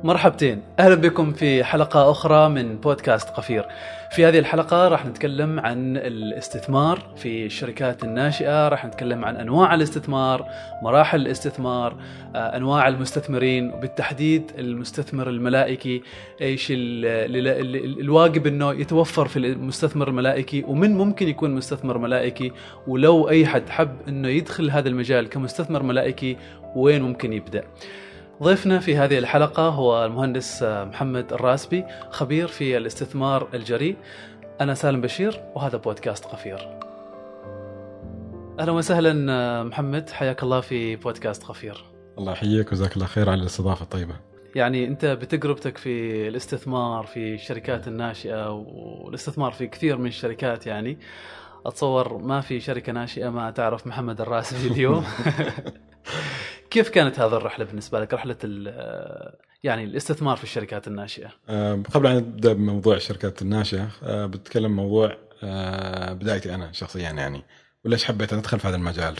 مرحبتين، أهلا بكم في حلقة أخرى من بودكاست قفير. في هذه الحلقة راح نتكلم عن الاستثمار في الشركات الناشئة، راح نتكلم عن أنواع الاستثمار، مراحل الاستثمار، أنواع المستثمرين، وبالتحديد المستثمر الملائكي. إيش الواجب أنه يتوفر في المستثمر الملائكي، ومن ممكن يكون مستثمر ملائكي، ولو أي حد حب أنه يدخل هذا المجال كمستثمر ملائكي وين ممكن يبدأ. ضيفنا في هذه الحلقة هو المهندس محمد الراسبي، خبير في الاستثمار الجريء. أنا سالم بشير وهذا بودكاست قفير. أهلا وسهلا محمد، حياك الله في بودكاست قفير. الله يحييك وجزاك الله خير على الاستضافة الطيبة. يعني أنت بتجربتك في الاستثمار في الشركات الناشئة والاستثمار في كثير من الشركات، يعني أتصور ما في شركة ناشئة ما تعرف محمد الراسبي اليوم. كيف كانت هذه الرحلة بالنسبة لك، رحلة يعني الاستثمار في الشركات الناشئة؟ قبل أن نبدأ بموضوع الشركات الناشئة بتكلم موضوع بدايتي أنا شخصيا يعني، وليش حبيت أن أدخل في هذا المجال.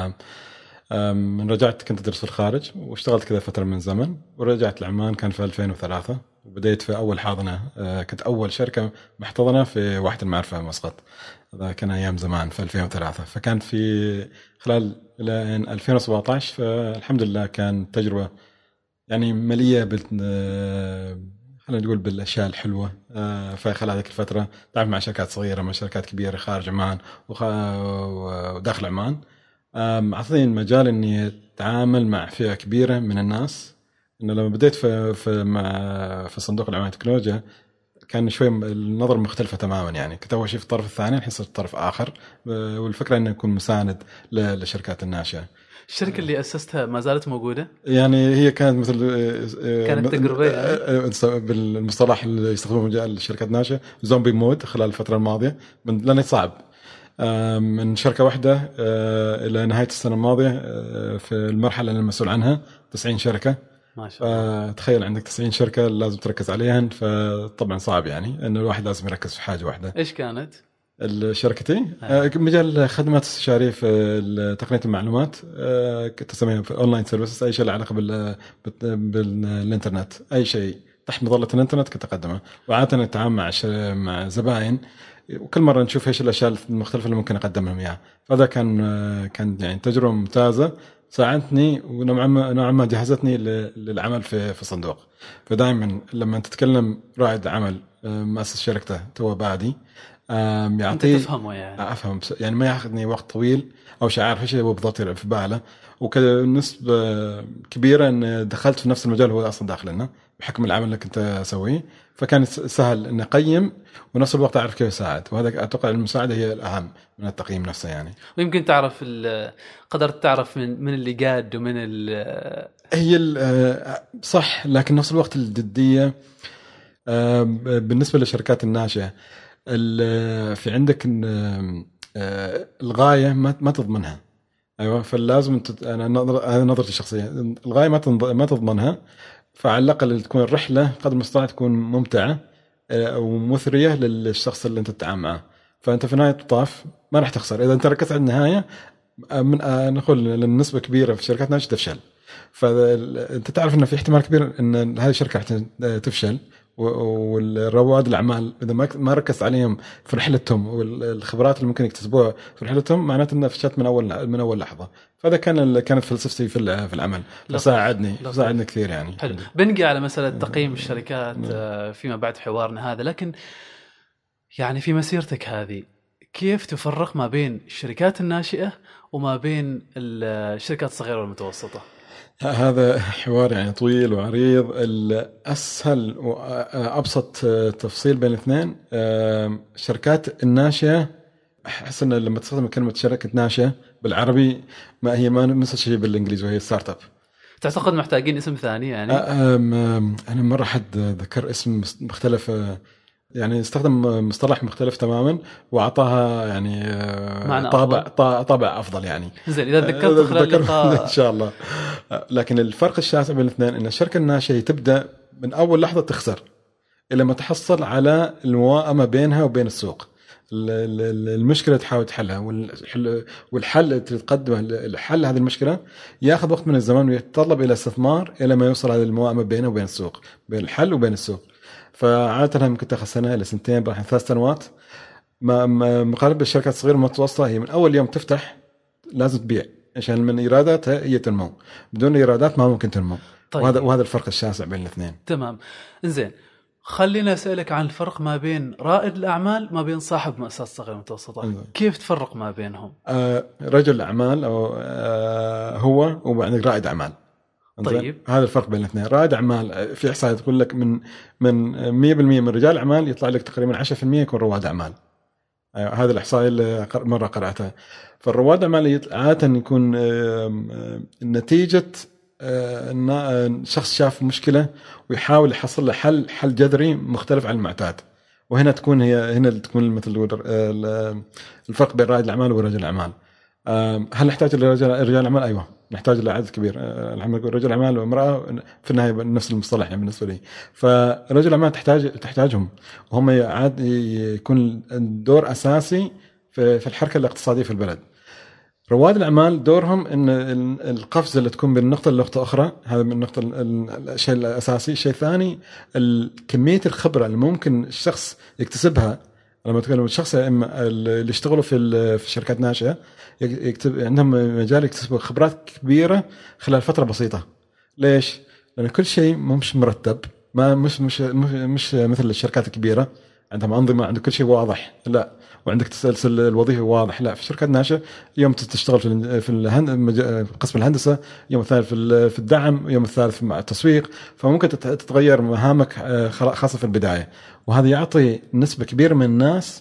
من رجعت كنت أدرس في الخارج واشتغلت كذا فترة من زمن، ورجعت لعمان كان في 2003 وبدأت في أول حاضنة. كنت أول شركة محتضنة في واحد المعرفة مسقط، هذا كان أيام زمان في 2003. فكان في خلال لين 2017، فالحمد لله كان تجربة يعني مليئة خلينا نقول بالأشياء الحلوة. فخلال هذيك الفترة تعامل مع شركات صغيرة مع شركات كبيرة خارج عمان وداخل عمان. أعطيني المجال إني أتعامل مع فئة كبيرة من الناس. إنه لما بديت في صندوق العمال التكنولوجيا كان شوي النظر مختلفة تماما، يعني كنت أول شيء في الطرف الثاني، الحين صرت طرف آخر، والفكرة إنه يكون مساند للشركات الناشئة. الشركة اللي أسستها ما زالت موجودة؟ يعني هي كانت مثل كانت تجربة يعني؟ بالمصطلح اللي يستخدمه مجال الشركات الناشئة زومبي مود خلال الفترة الماضية، لأنه صعب من شركة واحدة إلى نهاية السنة الماضية في المرحلة اللي المسؤول عنها 90 شركة. ما شاء الله. تخيل عندك 90 شركة لازم تركز عليهن، فطبعا صعب يعني إنه الواحد لازم يركز في حاجة واحدة. إيش كانت؟ الشركتي مجال خدمات استشارية في تقنية المعلومات، كنت أسميها في أونلاين سيرفيسز، أي شيء له علاقة بالإنترنت، أي شيء تحت مظلة الإنترنت كنت أقدمه. وعادة نتعامل مع زبائن، وكل مرة نشوف إيش الأشياء المختلفة اللي ممكن أقدمهم إياها. فهذا كان يعني تجربة ممتازة، ساعدتني ونوعا ما جهزتني للعمل في صندوق. فدائما لما تتكلم رائد عمل مؤسس شركته تو بادي، يعطي تفهمه يعني. أفهم يعني ما ياخذني وقت طويل أو شيء عارف إيش هو بالضبط في باله. وكنسبة كبيرة إن دخلت في نفس المجال هو أصلا داخلنا بحكم العمل اللي كنت أسويه، فكان سهل إن أقيم ونفس الوقت أعرف كيف أساعد. وهذا أتوقع المساعدة هي الأهم من التقييم نفسه يعني. ويمكن تعرف قدرت تعرف من اللي قاد ومن هي صح، لكن نفس الوقت الجدية بالنسبة للشركات الناشئة في عندك الغاية ما تضمنها. أيوة، فلازم هذا نظرتي الشخصية، الغاية ما تضمنها، فعلى الأقل تكون الرحلة قدر المستطاع تكون ممتعة ومثرية للشخص اللي أنت تتعامل معه. فأنت في نهاية الطاف ما راح تخسر إذا أنت ركزت على النهاية. نقول للنسبة كبيرة في شركات ناشئة تفشل، فأنت تعرف أنه في احتمال كبير أن هذه الشركة تفشل، والرواد الأعمال إذا ما ركزت عليهم في رحلتهم والخبرات اللي ممكن يكتسبوها في رحلتهم معناته أنها فشلت من أول لحظة. فهذا كانت فلسفتي في العمل، فساعدني كثير يعني. حلو. بنجي على مسألة تقييم الشركات فيما بعد حوارنا هذا، لكن يعني في مسيرتك هذه كيف تفرق ما بين الشركات الناشئة وما بين الشركات الصغيرة والمتوسطة؟ هذا حوار يعني طويل وعريض. الأسهل وأبسط تفصيل بين الاثنين، الشركات الناشئة أحس أن لما تستخدم كلمة شركة ناشئة بالعربي ما نفس الشيء بالإنجليزي وهي ستارت اب. تعتقد محتاجين اسم ثاني يعني؟ أنا مرة حد ذكر اسم مختلف، يعني استخدم مصطلح مختلف تماما وأعطاها يعني طابع أفضل يعني. زين إذا ذكرت خلال اللقاء إن شاء الله. لكن الفرق الشاسع بين الاثنين إن الشركة الناشئة تبدأ من أول لحظة تخسر إلى ما تحصل على الموائمة بينها وبين السوق. المشكله تحاول تحلها، والحل اللي تقدمه الحل هذه المشكله ياخذ وقت من الزمان ويتطلب الى استثمار الى ما يوصل هذه الموائمه بينه وبين السوق، بين الحل وبين السوق. فعاده ممكن تاخذ سنه الى سنتين، راح 3 سنوات. مقارنه بالشركات الصغيره والمتوسطه هي من اول يوم تفتح لازم تبيع عشان من ايراداتها هي تنمو، بدون ايرادات ما ممكن تنمو. طيب. وهذا الفرق الشاسع بين الاثنين. تمام. إنزين، خلينا أسألك عن الفرق ما بين رائد الأعمال ما بين صاحب مؤسسة صغيرة متوسطة. كيف تفرق ما بينهم؟ رجل أعمال أو هو وعندك رائد أعمال. طيب. هذا الفرق بين الاثنين. رائد أعمال في إحصائيات تقول لك من 100% من رجال أعمال يطلع لك تقريبا 10% يكون رواد أعمال. هذا الإحصائية اللي مرة قرأتها. فالرواد أعمال عادة يكون نتيجة ان شخص شاف مشكله ويحاول يحصل له حل جذري مختلف عن المعتاد. وهنا تكون تكون مثل الفرق بين رائد الاعمال ورجل الاعمال. هل نحتاج لرجال الاعمال؟ ايوه نحتاج لعدد كبير. رجل الاعمال وامراه في النهايه نفس المصطلح يعني بالنسبه لي. فرجل الاعمال تحتاجهم، وهم عاد يكون دور اساسي في الحركه الاقتصاديه في البلد. رواد الأعمال دورهم إن القفزة اللي تكون بين نقطة لنقطة أخرى، هذا من النقطة الشيء الأساسي. الشيء الثاني كمية الخبرة اللي ممكن الشخص يكتسبها. لما تكلم الشخص اللي يشتغلوا في شركات ناشئة عندهم مجال يكتسبوا خبرات كبيرة خلال فترة بسيطة. ليش؟ لأن كل شيء مش مرتب، ما مش مثل الشركات الكبيرة عندهم أنظمة، عندك كل شيء واضح. لا، وعندك تسلسل الوظيفي واضح. لا، في شركات ناشئة يوم تشتغل في قسم الهندسة، يوم الثالث في الدعم، يوم الثالث مع التسويق. فممكن تتغير مهامك خاصة في البداية، وهذا يعطي نسبة كبيرة من الناس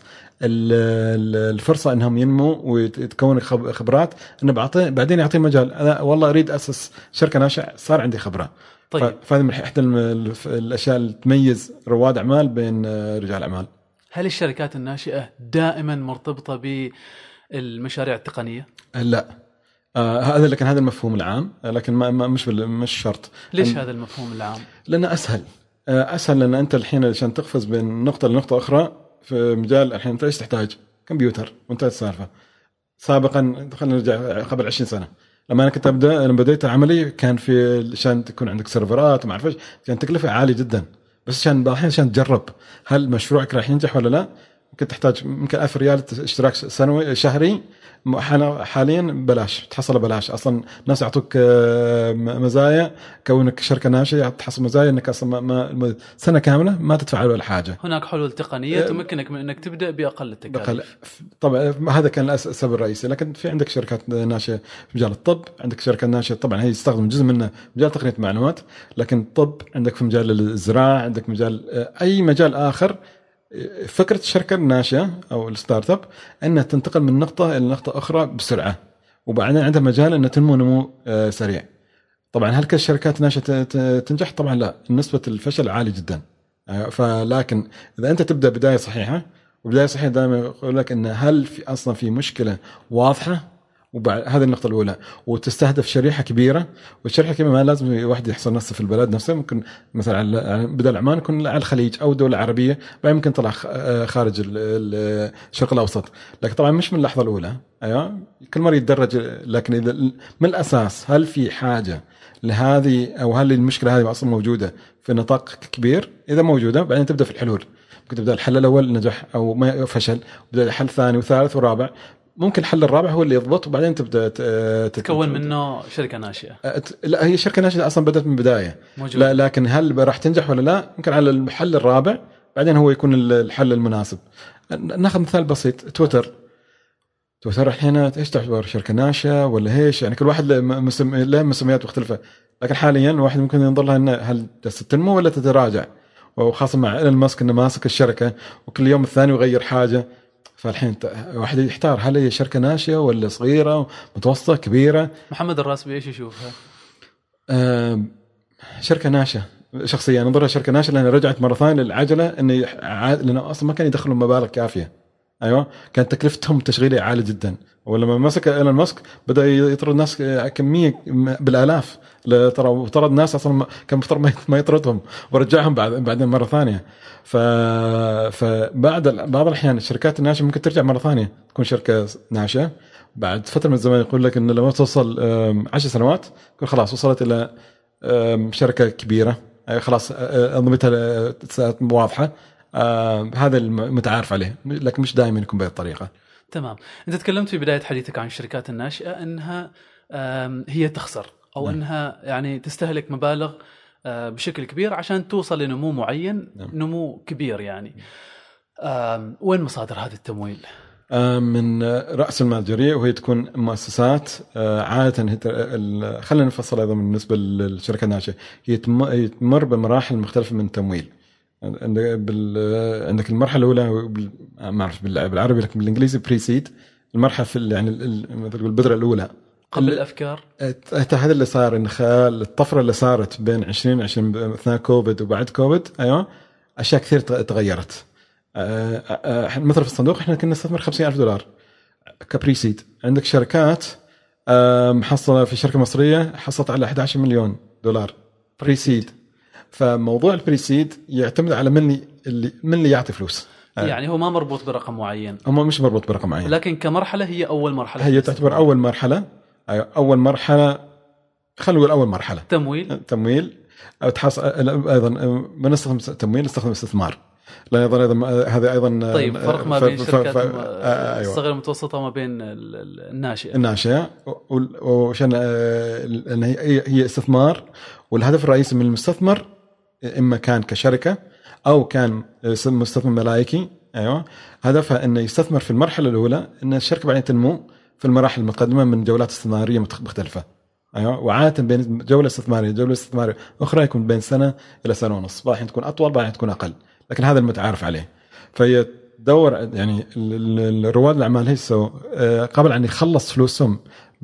الفرصة انهم ينمو ويتكون خبرات، انه بعدين يعطي مجال. انا والله اريد اسس شركة ناشئة، صار عندي خبرة. طيب. فهذه من احدى الاشياء اللي تميز رواد اعمال بين رجال اعمال. هل الشركات الناشئة دائما مرتبطة بالمشاريع التقنية؟ لا، هذا لكن هذا المفهوم العام، لكن مش شرط. ليش هذا المفهوم العام؟ لأنه أسهل لأن أنت الحين عشان تقفز بين نقطة لنقطة أخرى في مجال الحين أنت إيش تحتاج؟ كمبيوتر، وانتهت السالفة. سابقا خلينا نرجع قبل 20 سنة لما أنا كنت لما بديت عملي كان في عشان تكون عندك سيرفرات وما أعرف إيش، كانت تكلفة عالية جدا. بس عشان تجرب هل مشروعك راح ينجح ولا لا، ممكن تحتاج 1000 ريال اشتراك سنوي شهري. حاليا بلاش، تحصله بلاش اصلا. ناس يعطوك مزايا كونك شركه ناشئه، تحصل مزايا انك اصلا ما سنه كامله ما تدفع ولا حاجه. هناك حلول تقنيه تمكنك من انك تبدا باقل التكاليف. طبعا هذا كان السبب الرئيسي. لكن في عندك شركات ناشئه في مجال الطب، عندك شركه ناشئه طبعا هي تستخدم جزء منه مجال تقنيه المعلومات، لكن الطب عندك في مجال الزراعه، عندك مجال اي مجال اخر. فكرة الشركة الناشئة أو الستارت اب أنها تنتقل من نقطة إلى نقطة أخرى بسرعة، وبعدين عندها مجال أن نمو سريع. طبعا هل كل الشركات الناشئة تنجح؟ طبعا لا، نسبة الفشل عالي جدا. فلكن إذا أنت تبدأ بداية صحيحة، وبداية صحيحة دائما يقول لك أن هل في أصلا في مشكلة واضحة، هذه النقطة الأولى، وتستهدف شريحة كبيرة. والشريحة كبيرة ما لازم واحد يحصل نفسه في البلد نفسه، ممكن مثلا بدل عمان يكون على الخليج أو دولة عربية، بعدين ممكن طلع خارج الشرق الأوسط. لكن طبعا مش من اللحظة الأولى، أيوة كل مرة يتدرج. لكن إذا من الأساس هل في حاجة لهذه أو هل المشكلة هذه أصلا موجودة في نطاق كبير؟ إذا موجودة بعدين تبدأ في الحلول. ممكن تبدأ الحل الأول نجح أو ما فشل، بدأ حل ثاني وثالث ورابع. ممكن الحل الرابع هو اللي يضبط، وبعدين تبدا تكون منه شركه ناشئه. لا، هي شركه ناشئه اصلا بدات من بدايه. لا، لكن هل راح تنجح ولا لا؟ يمكن على الحل الرابع بعدين هو يكون الحل المناسب. ناخذ مثال بسيط، تويتر الحين ايش تعتبر شركه ناشئه ولا ايش؟ يعني كل واحد له مسميات مختلفه. لكن حاليا واحد ممكن ينظر لها انه هل تنمو ولا تتراجع، وخاصه مع إيلون ماسك انه ماسك الشركه وكل يوم الثاني يغير حاجه. فالحين واحد يحتار هل هي شركة ناشئة ولا صغيرة متوسطة كبيرة. محمد الراسبي ايش يشوفها؟ شركة ناشئة. شخصيا انظرها شركة ناشئة لأنها رجعت مرة ثانية للعجلة، لأنه أصلا ما كان يدخلوا مبالغ كافية. ايوه كانت تكلفتهم التشغيليه عاليه جدا. ولما مسك ايلون ماسك بدا يطرد الناس كميه بالالاف، طرد ناس اصلا كان مفترض ما يطردهم ورجعهم بعدين مره ثانيه. فبعد بعض الاحيان الشركات الناشئه ممكن ترجع مره ثانيه تكون شركه ناشئه بعد فتره من الزمان، يقول لك انه لما توصل 10 سنوات تكون خلاص وصلت الى شركه كبيره خلاص انظمتها واضحه. هذا المتعارف عليه، لكن مش دائما يكون بهذه الطريقه. تمام. انت تكلمت في بدايه حديثك عن الشركات الناشئه انها هي تخسر او انها يعني تستهلك مبالغ بشكل كبير عشان توصل لنمو معين، نمو كبير يعني. وين مصادر هذا التمويل؟ من رأس المال الجريء، وهي تكون مؤسسات عادة. خلينا نفصل أيضا بالنسبة للشركة الناشئة، هي تمر بمراحل مختلفة من التمويل. عندك المرحلة الأولى ما أعرف بالعربي لكن بالإنجليزي بريسيد، المرحلة في يعني مثل البذرة الأولى قبل الأفكار. هذا اللي صار إن الطفرة اللي صارت بين 2020 أثناء كوفيد وبعد كوفيد، أيوة أشياء كثير تغيرت. مثلا في الصندوق احنا كنا نستثمر $50,000 كبريسيد. عندك شركات محصلة في شركة مصرية حصلت على $11 مليون بريسيد. فموضوع البريسيد يعتمد على من اللي يعطي فلوس. يعني هو ما مربوط برقم معين. هو مش مربوط برقم معين، لكن كمرحلة هي أول مرحلة. هي تعتبر أول مرحلة. أول مرحلة، خلينا نقول أول مرحلة تمويل. أو تحصل أيضا ما نستخدم تمويل، نستخدم استثمار. لا أيضا هذا أيضا. طيب فرق ما بين الشركات الصغيرة المتوسطة وما بين الناشئة وعشان إن هي استثمار، والهدف الرئيسي من المستثمر إما كان كشركة أو كان مستثمر ملائكي. أيوة هدفها إنه يستثمر في المرحلة الأولى، إن الشركة بعدين تنمو في المراحل المتقدمة من جولات استثمارية مختلفة. أيوة وعادة بين جولة استثمارية أخرى يكون بين سنة إلى سنة ونص، بعدين تكون أطول بعدين تكون أقل، لكن هذا المتعارف عليه. فهي تدور يعني الرواد الأعمال هيسو قبل أن يخلص فلوسهم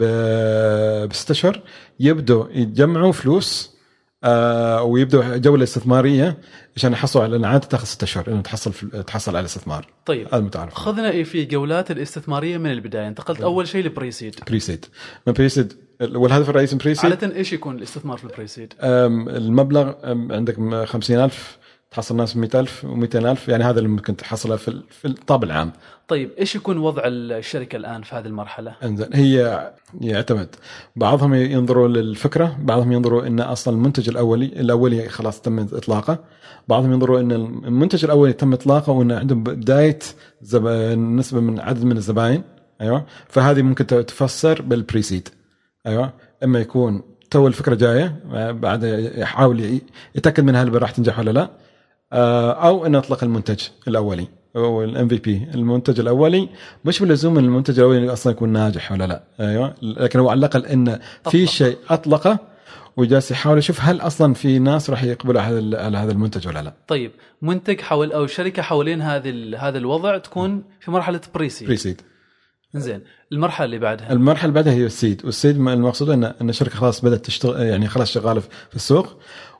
ب6 أشهر يبدوا يجمعوا فلوس ويبدأوا جولة استثمارية عشان يحصلوا على العادة تأخذ 6 أشهر إنه تحصل على استثمار. طيب خذنا في جولات الاستثمارية من البداية. انتقلت أول شيء لبريسيد. من بريسيد، والهدف الرئيسي من بريسيد عادة إيش يكون الاستثمار في البريسيد؟ المبلغ عندك 50,000 تحصل ناس 100,000 و200,000، يعني هذا اللي ممكن تحصله في الطابع العام. طيب إيش يكون وضع الشركة الآن في هذه المرحلة؟ هي يعتمد، بعضهم ينظروا للفكرة، بعضهم ينظروا إن أصلا المنتج الأولي خلاص تم إطلاقه، بعضهم ينظروا إن المنتج الأولي تم إطلاقه وإن عندهم بداية نسبة من عدد من الزبائن. أيوة فهذه ممكن تفسر بالبريسيد. أيوة إما يكون تو الفكرة جاية بعد يحاول يتأكد منها هل راح تنجح ولا لا، أو أن أطلق المنتج الأولي أو MVP. المنتج الأولي مش باللزوم أن المنتج الأولي أصلا يكون ناجح ولا لا، أيوة لكن هو على الأقل إن في شيء أطلقه وجالس يحاول يشوف هل أصلا في ناس راح يقبلوا على هذا المنتج ولا لا. طيب منتج حول أو شركة حوالين هذا الوضع تكون في مرحلة بريسيد. زين، المرحلة اللي بعدها هي السيد. والسيد المقصود أن الشركة خلاص بدأت تشتغل، يعني خلاص شغالة في السوق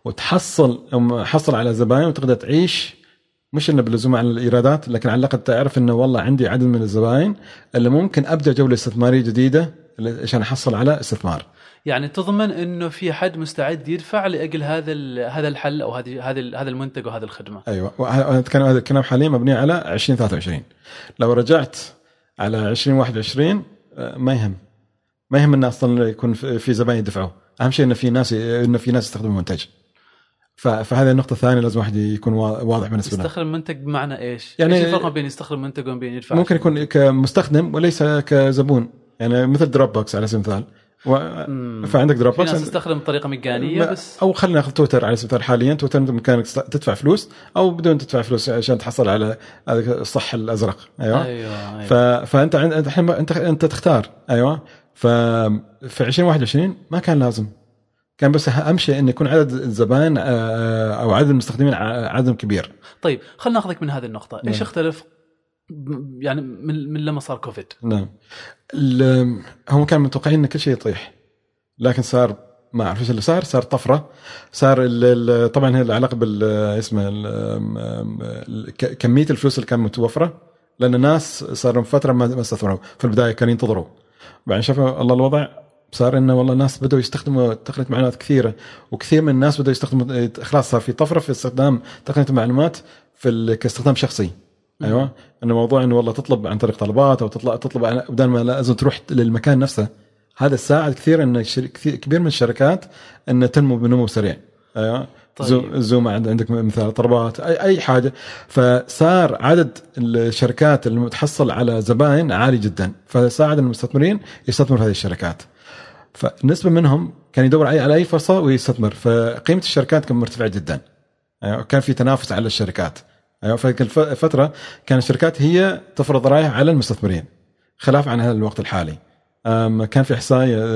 وتحصل على زبائن وتقدر تعيش، مش إنه باللزوم على الإيرادات، لكن على الأقل تعرف إنه والله عندي عدد من الزبائن اللي ممكن أبدأ جولة استثمارية جديدة عشان أحصل على استثمار. يعني تضمن إنه في حد مستعد يدفع لأجل هذا الحل أو هذا المنتج وهذا الخدمة. أيوة، هذا الكلام حاليا مبني على 2023. لو رجعت على 2021 ما يهم إن أصلا يكون في زبائن يدفعوا. أهم شيء إن في ناس يستخدموا المنتج. فهذه النقطة الثانية لازم واحد يكون واضح بالنسبة له. يستخدم منتج بمعنى إيش؟ يعني إيش الفرق بين يستخدم منتج وبين يدفع؟ ممكن يكون كمستخدم وليس كزبون، يعني مثل دروب بوكس على سبيل المثال. فعندك دروب بوكس تستخدم بطريقة مجانية بس، أو خلينا ناخذ تويتر على سبيل المثال. حاليا تويتر بإمكانك تدفع فلوس أو بدون تدفع فلوس عشان تحصل على الصح الأزرق. أيوة. فأنت تختار. أيوة. في 2021 ما كان لازم، كان بس أهم شيء إن يكون عدد الزبائن أو عدد المستخدمين عدد كبير. طيب خلنا ناخذك من هذه النقطة. إيش اختلف يعني من لما صار كوفيد؟ نعم، هم كانوا متوقعين إن كل شيء يطيح، لكن صار ما أعرف إيش اللي صار طفرة. صار طبعا هي العلاقة بالاسم كمية الفلوس اللي كانت متوفرة لان الناس صاروا فتره ما استثمروا في البدايه، كانوا ينتظروا. بعدين شافوا الله الوضع صار انه والله الناس بدأوا يستخدموا تقنيه معلومات كثيره، وكثير من الناس بدأوا يستخدموا، خلاص صار في طفره في استخدام تقنيه المعلومات كاستخدام شخصي. ايوه، انه موضوع انه والله تطلب عن طريق طلبات او تطلب بدل ما لازم تروح للمكان نفسه. هذا ساعد كثير ان كبير من الشركات ان تنمو بنمو سريع. ايوه طيب. زوم عندك مثال طلبات اي حاجه، فصار عدد الشركات المتحصل على زبائن عالي جدا، فساعد المستثمرين يستثمروا في هذه الشركات. فنسبه منهم كان يدور على اي فرصه ويستثمر، فقيمه الشركات كانت مرتفعه جدا. ايوه كان في تنافس على الشركات. ايوه فكل فتره كان الشركات هي تفرض رأيها على المستثمرين، خلاف عن هذا الوقت الحالي. كان في احصائيه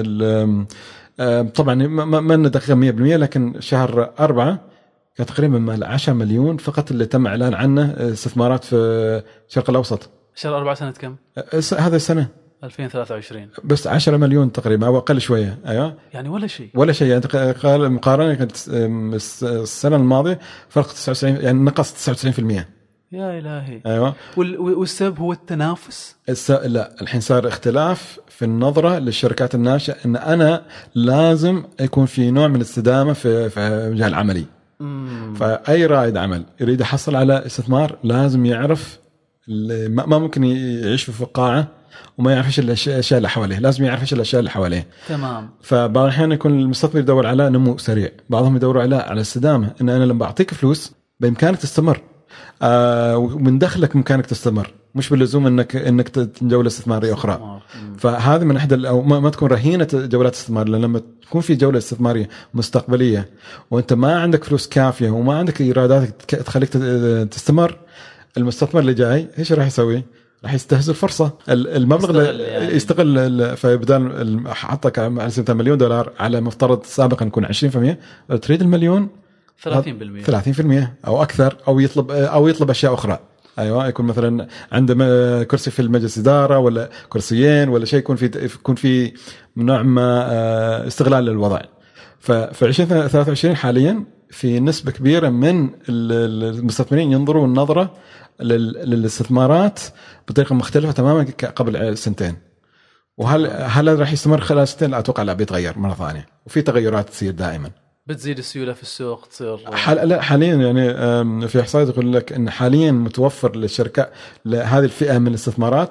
طبعا ما ندقق 100%، لكن شهر 4 كان تقريبا 10 مليون فقط اللي تم اعلان عنه استثمارات في الشرق الاوسط. شهر 4 سنه كم؟ هذا السنه 2023 بس 10 مليون تقريبا او اقل شويه. ايوه يعني ولا شيء يعني قال مقارنه كانت السنه الماضيه فرق 99، يعني نقص 99%. يا إلهي. أيوة. والسبب هو التنافس؟ لا، الحين صار اختلاف في النظرة للشركات الناشئة، إن أنا لازم يكون في نوع من الاستدامة في مجال عملي. فأي رائد عمل يريد يحصل على استثمار لازم يعرف ما ممكن يعيش في فقاعة وما يعرف ايش الاشياء اللي حواليه، لازم يعرف ايش الاشياء اللي حواليه. تمام. فبعض الاحيان يكون المستثمر يدور على نمو سريع، بعضهم يدوروا على استدامة، ان انا لما اعطيك فلوس بامكانك تستمر، ومن دخلك بامكانك تستمر، مش باللزوم انك جوله استثماريه اخرى. فهذا من احد او ما تكون رهينه جولات استثمار، لما تكون في جوله استثماريه مستقبليه وانت ما عندك فلوس كافيه وما عندك ايرادات تخليك تستمر، المستثمر اللي جاي ايش راح يسوي؟ راح يستهزئ الفرصة، المبلغ يعني يستغل. فبدال حطك على $1 مليون على مفترض سابقا نكون 20%، تريد المليون 30% او اكثر، او يطلب اشياء اخرى. ايوه يكون مثلا عنده كرسي في المجلس اداره ولا كرسيين ولا شيء، يكون في نوع ما استغلال للوضع. في 2023 حاليا في نسبه كبيره من المستثمرين ينظروا النظره للاستثمارات بطريقه مختلفه تماما قبل سنتين. وهل راح يستمر خلال سنتين؟ لا اتوقع، لا بيتغير مره ثانيه، وفي تغيرات تصير دائما، بتزيد السيوله في السوق تصير. لا حاليا يعني في احصائيات يقول لك ان حاليا متوفر للشركات لهذه الفئه من الاستثمارات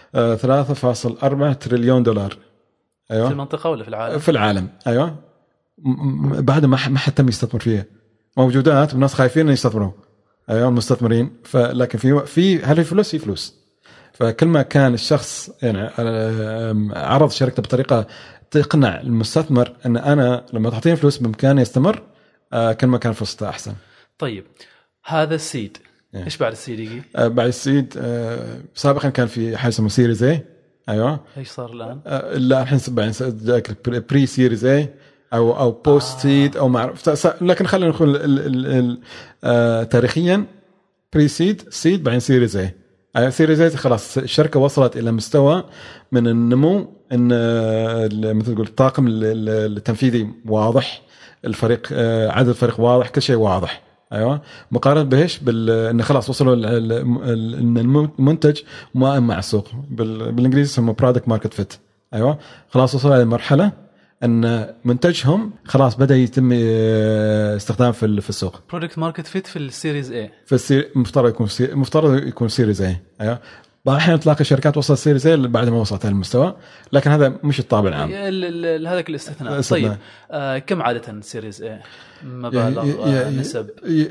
$3.4 تريليون. ايوه في المنطقه ولا في العالم؟ في العالم. ايوه بعد ما حد تم يستثمر فيها، موجودات والناس خايفين ان يستثمروا. ايوه المستثمرين، لكن في هل في فلوس. فكل ما كان الشخص يعني عرض شركته بطريقه تقنع المستثمر ان انا لما تعطيني فلوس بامكاني يستمر، كل ما كان فرصته احسن. طيب هذا السيد ايش بعد السيد يجي؟ بعد السيد سابقا كان في حاجه اسمها سيريز اي. ايوه ايش صار الان؟ لا الحين جاك بري سيريز اي او بوست سيد او ما اعرف، لكن خلينا نقول تاريخيا بري سيد بعدين سيريز اي. سيريز خلاص الشركه وصلت الى مستوى من النمو، ان مثل تقول الطاقم التنفيذي واضح، الفريق عدد الفريق واضح، كل شيء واضح. ايوه مقارنه بهش ان خلاص وصلوا ان المنتج مائم مع السوق، بالانجليزي يسموه برودكت ماركت فيت. ايوه خلاص وصلوا الى مرحله ان منتجهم خلاص بدا يتم استخدام في السوق. برودكت ماركت فيت في السيريز اي، في مفترض يكون سيريز اي. ايوه بعض الأحيان تلاقي شركات وصلت سيريز اي بعد ما وصلت هالمستوى، لكن هذا مش الطابع العام، هذاك الاستثناء. طيب كم عادة سيريز اي؟ مبالغ نسب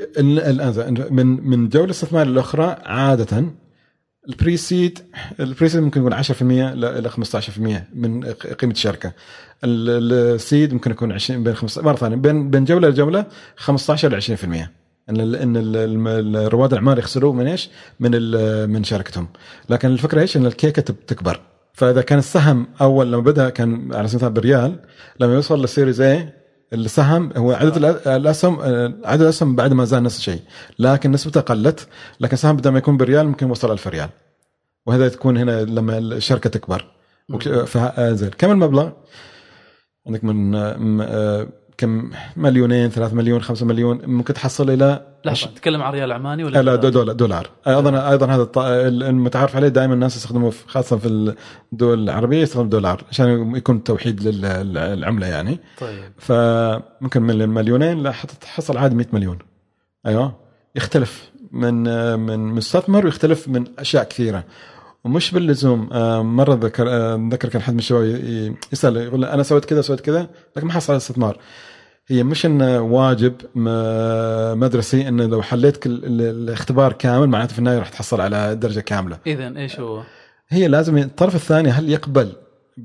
من جولة استثمار الأخرى عادة البري سيد ممكن يكون 10% إلى 15% من قيمة الشركة. السيد ممكن يكون 20 بين 5 مرة ثانية بين جولة لجولة 15 إلى 20%. ان الرواد الاعمال يخسروا من ايش؟ من شركتهم. لكن الفكره ايش؟ ان الكيكه تكبر. فاذا كان السهم اول لما بدا كان على سبيل بريال، لما يوصل للسيريز اي السهم هو عدد الاسهم بعد ما زال نفس الشيء، لكن نسبته قلت. لكن السهم بدل ما يكون بريال ممكن يوصل 1000 ريال، وهذا تكون هنا لما الشركه تكبر. فنزل كم المبلغ عندك من كم مليونين 3 مليون 5 مليون ممكن تحصل الى لحظه تتكلم عن ريال عماني ولا لا دولار. ايضا هذا المتعارف عليه دائما الناس يستخدموه خاصه في الدول العربيه يستخدموا دولار عشان يكون توحيد للعمله يعني. طيب فممكن من مليونين حتى تحصل عادي 100 مليون. ايوه يختلف من مستثمر ويختلف من اشياء كثيره ومش باللزوم. مره ذكر كان حد من الشباب يسال يقول انا سويت كذا لكن ما حصل استثمار. هي مش إنه واجب مدرسي إنه لو حليت الاختبار كامل معناته في النهاية راح تحصل على درجة كاملة. إذن إيش هو؟ هي لازم الطرف الثاني هل يقبل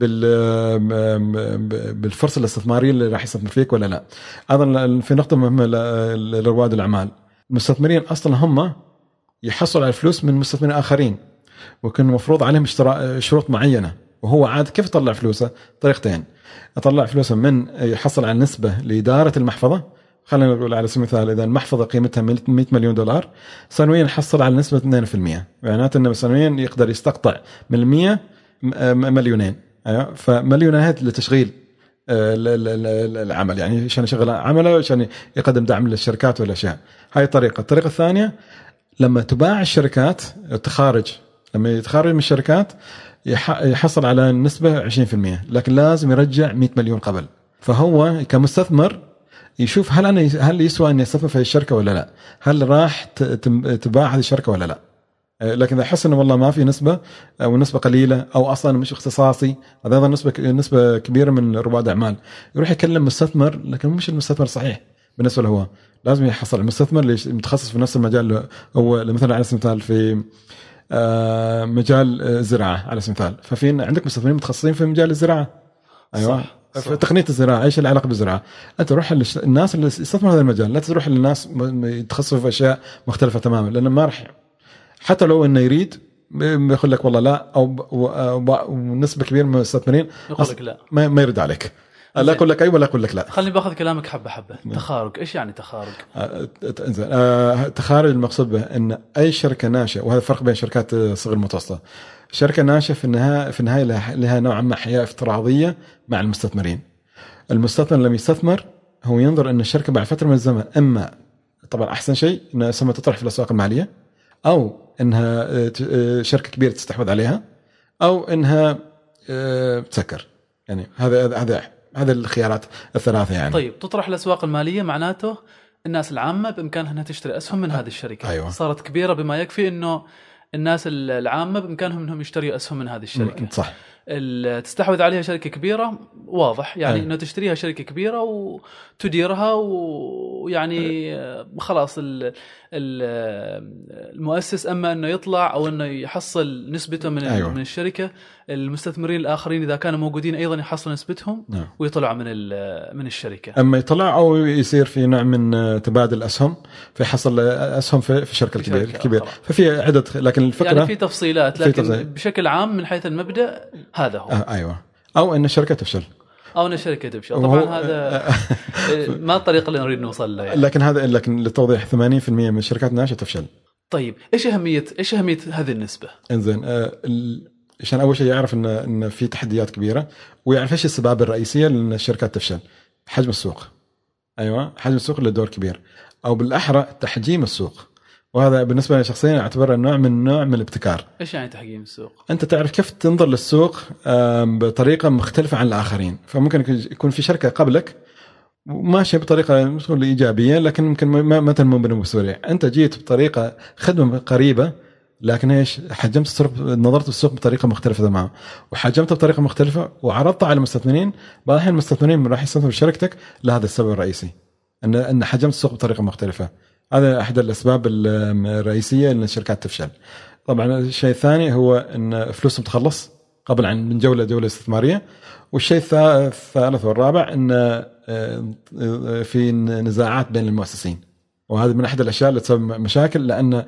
بالفرصة الاستثمارية اللي راح يستثمر فيك ولا لا. أيضا في نقطة مهمة لرواد الأعمال، المستثمرين أصلا هم يحصلوا على الفلوس من مستثمرين آخرين وكان المفروض عليهم شروط معينة. وهو عاد كيف يطلع فلوسه؟ طريقتين. يطلع فلوسه من يحصل على نسبة لإدارة المحفظة. خلينا نقول على سبيل المثال إذا المحفظة قيمتها 100 مليون دولار سنويا يحصل على نسبة 2%، معناته إنه سنويا يقدر يستقطع من 100 مليونين. أيوة فمليونات لتشغيل العمل يعني عشان يشغل عمله عشان يقدم دعم للشركات والأشياء. هاي الطريقة الثانية لما تباع الشركات لما يتخرج من الشركات يحصل على نسبة 20%، لكن لازم يرجع 100 مليون قبل. فهو كمستثمر يشوف هل يسوى أن يستثمر في الشركة ولا لا، هل راح تباع هذه الشركة ولا لا. لكن إذا حس إنه والله ما في نسبة أو نسبة قليلة أو أصلا مش اختصاصي، هذا أيضا نسبة كبيرة من رواد أعمال، يروح يكلم مستثمر لكن مش المستثمر صحيح بالنسبة له. هو لازم يحصل المستثمر اللي متخصص في نفس المجال. هو مثلا على سبيل المثال في مجال الزراعة على سبيل المثال، ففي عندك مستثمرين متخصصين في مجال الزراعة. أيوة صح. في تقنية الزراعة إيش العلاقة بالزراعة؟ أنت روح الناس اللي يستثمروا هذا المجال، لا تروح للناس يتخصصوا في أشياء مختلفة تماما، لأنه ما راح حتى لو إنه يريد بيقول لك والله لا، أو نسبة كبيرة من المستثمرين يقول لك لا، ما يرد عليك. لا أقول لك أيوة ولا أقول لك لا. خليني باخذ كلامك حبة حبة. تخارج إيش يعني تخارج؟ تخارج المقصود به أن أي شركة ناشئة، وهذا الفرق بين شركات صغيرة المتوسطة. شركة ناشئة في النهاية لها نوعا ما حياة افتراضية مع المستثمرين. المستثمر لما يستثمر هو ينظر أن الشركة بعد فترة من الزمن إما طبعا أحسن شيء أنها سمى تطرح في الأسواق المالية، أو أنها شركة كبيرة تستحوذ عليها، أو أنها تسكر. يعني هذا الخيارات الثلاثة يعني. طيب تطرح الأسواق المالية معناته الناس العامة بامكانها انها تشتري اسهم من هذه الشركه. أيوة. صارت كبيره بما يكفي انه الناس العامه بامكانهم انهم يشتروا اسهم من هذه الشركه. صح. تستحوذ عليها شركه كبيره واضح يعني انه تشتريها شركه كبيره وتديرها ويعني خلاص المؤسس اما انه يطلع او انه يحصل نسبته من الشركه. المستثمرين الاخرين اذا كانوا موجودين ايضا يحصلوا نسبتهم ويطلعوا من الشركه. اما يطلع او يصير في نوع من تبادل اسهم، فيحصل اسهم في الشركه الكبير. ففي عده، لكن الفكره يعني في تفصيلات، لكن بشكل عام من حيث المبدا هذا هو. ايوه. او ان الشركه تفشل، او ان الشركه تفشل. طبعا هذا ما الطريقه اللي نريد نوصل له يعني. لكن للتوضيح 80% من الشركات الناشئه تفشل. طيب ايش اهميه هذه النسبه؟ انزين عشان اول شيء يعرف ان في تحديات كبيره، ويعرف ايش الاسباب الرئيسيه لان الشركات تفشل. حجم السوق. ايوه حجم السوق له دور كبير، او بالاحرى تحجيم السوق. وهذا بالنسبه لي شخصيا اعتبره نوع من الابتكار. ايش يعني تحجيم السوق؟ انت تعرف كيف تنظر للسوق بطريقه مختلفه عن الاخرين. فممكن يكون في شركه قبلك ماشيه بطريقه مسؤول ايجابيه، لكن ممكن ما تنمو بنمو سريع. انت جيت بطريقه خدمه قريبه، لكن ايش حجمت السوق، نظرت السوق بطريقه مختلفه تماما، وحجمتها بطريقه مختلفه وعرضتها على المستثمرين. بعض الأحيان المستثمرين راح يستثمروا في شركتك لهذا السبب الرئيسي، ان حجمت السوق بطريقه مختلفه. هذا احد الاسباب الرئيسيه ان الشركات تفشل. طبعا الشيء الثاني هو ان فلوسهم تخلص قبل عن من جوله استثماريه. والشيء الثالث والرابع ان في نزاعات بين المؤسسين، وهذا من احد الاشياء اللي تسبب مشاكل، لان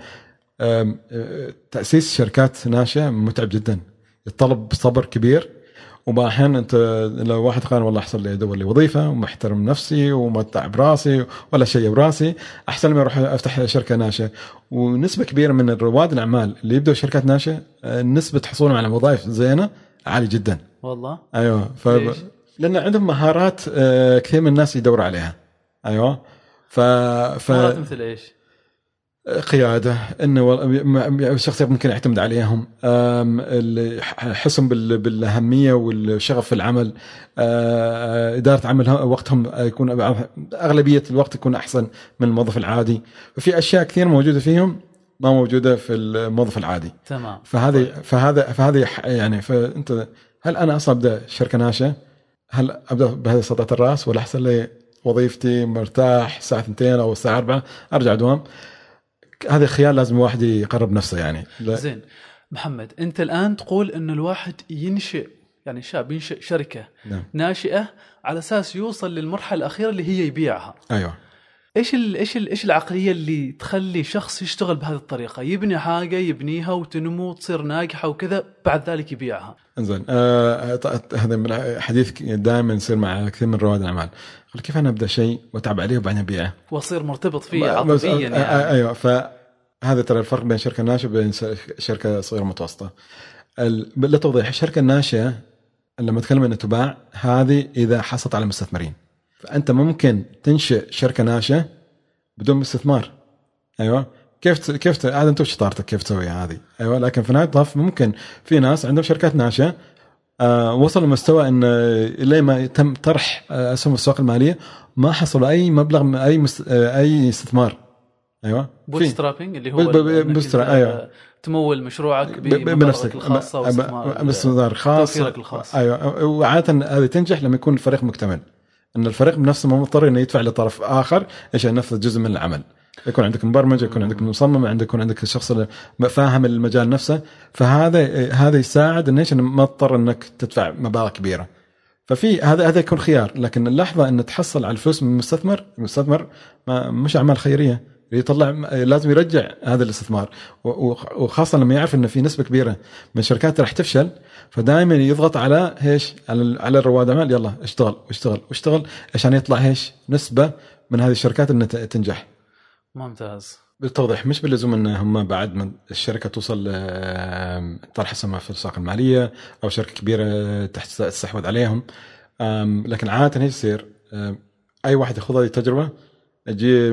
تأسيس شركات ناشئة متعب جدا، يتطلب صبر كبير. وبأحيان أنت لو واحد قال والله أحسن لي أدور لي وظيفة ومحترم نفسي وما أتعب براسي ولا شيء براسي، أحسن ما أروح أفتح شركة ناشئة. ونسبة كبيرة من رواد الأعمال اللي يبدأوا شركات ناشئة نسبة حصولهم على وظائف زينة عالي جدا والله. أيوة. لان عندهم مهارات كثير من الناس يدوروا عليها. ايوه. مهارات مثل ايش؟ قيادة، إنه الشخص ممكن يعتمد عليهم، حسن بالأهمية والشغف في العمل، إدارة عمل وقتهم يكون أغلبية الوقت يكون أحسن من الموظف العادي. وفي أشياء كثير موجودة فيهم ما موجودة في الموظف العادي. تمام. فهذه يعني فأنت هل أنا أصلا أبدأ شركة ناشئة؟ هل أبدأ بهذه سطحة الرأس ولا أحسن لي وظيفتي مرتاح الساعة 2 أو الساعة 4 أرجع دوام؟ هذا خيال لازم الواحد يقرب نفسه يعني. زين محمد، أنت الآن تقول إن الواحد ينشئ، يعني شاب ينشئ شركة نعم. ناشئة على أساس يوصل للمرحلة الأخيرة اللي هي يبيعها. أيوة. إيش العقلية اللي تخلي شخص يشتغل بهذه الطريقة، يبني حاجة يبنيها وتنمو تصير ناجحة وكذا بعد ذلك يبيعها؟ إنزين هذا من حديث دائما يصير مع كثير من رواد الأعمال، كيف أنا أبدأ شيء وأتعب عليه وبعدين أبيعه وأصير مرتبط فيه عاطفيا يعني. أيوة. فهذا ترى الفرق بين شركة ناشئة وبين شركة صغيرة متوسطة. لتوضيح، الشركة الناشئة لما أتكلم أنها تباع هذه إذا حصلت على مستثمرين، فأنت ممكن تنشئ شركة ناشئة بدون استثمار. أيوة. كيف هذا أنت وشطارتك كيف تسوي هذه. أيوة. لكن في نهاية الطاف ممكن في ناس عندهم شركات ناشئة وصلوا لمستوى ان ليه ما تم طرح اسهم في السوق الماليه ما حصلوا اي مبلغ اي استثمار. ايوه. بوتسترابينج اللي هو ايوه تمول مشروعك بنفسك الخاصه باستثمار خاص. ايوه. وعاده هذه تنجح لما يكون الفريق مكتمل، ان الفريق بنفسه ما مضطر انه يدفع لطرف اخر عشان ينفذ جزء من العمل. يكون عندك مبرمج، يكون عندك مصمم، يكون عندك الشخص اللي فاهم المجال نفسه، فهذا يساعد انك ما تضطر انك تدفع مبالغ كبيره. ففي هذا يكون خيار. لكن اللحظه ان تحصل على الفلوس من المستثمر مش اعمال خيريه، يطلع لازم يرجع هذا الاستثمار، وخاصه لما يعرف ان في نسبه كبيره من الشركات راح تفشل، فدائما يضغط على على الرواد اعمال، يلا اشتغل عشان يطلع نسبه من هذه الشركات انها تنجح. ممتاز. بالتوضيح، مش باللزوم ان هم بعد ما الشركه توصل طرح اسهمها في السوق الماليه او شركه كبيره تستحوذ عليهم، لكن عاده يصير اي واحد ياخذ هذه التجربه يجي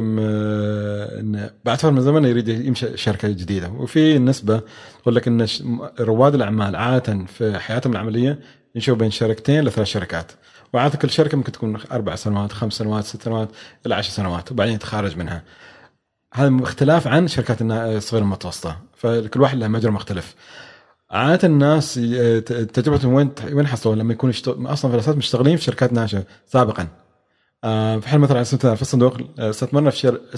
بعد فتره من الزمن يريد يمشي شركه جديده. وفي نسبه تقول لك ان رواد الاعمال عاده في حياتهم العمليه ينشئوا بين 2 ل3 شركات، وعاده كل شركه ممكن تكون 4 سنوات 5 سنوات 6 سنوات الى 10 سنوات وبعدين يتخارج منها. هذا اختلاف عن شركات الصغيرة المتوسطة، فكل واحد له مجرى مختلف. عادة الناس تجربتهم وين حصلوا لما يكونوا أصلا في الأساس مشتغلين في شركات ناشئة سابقا. في حال مثلا في الصندوق استثمرنا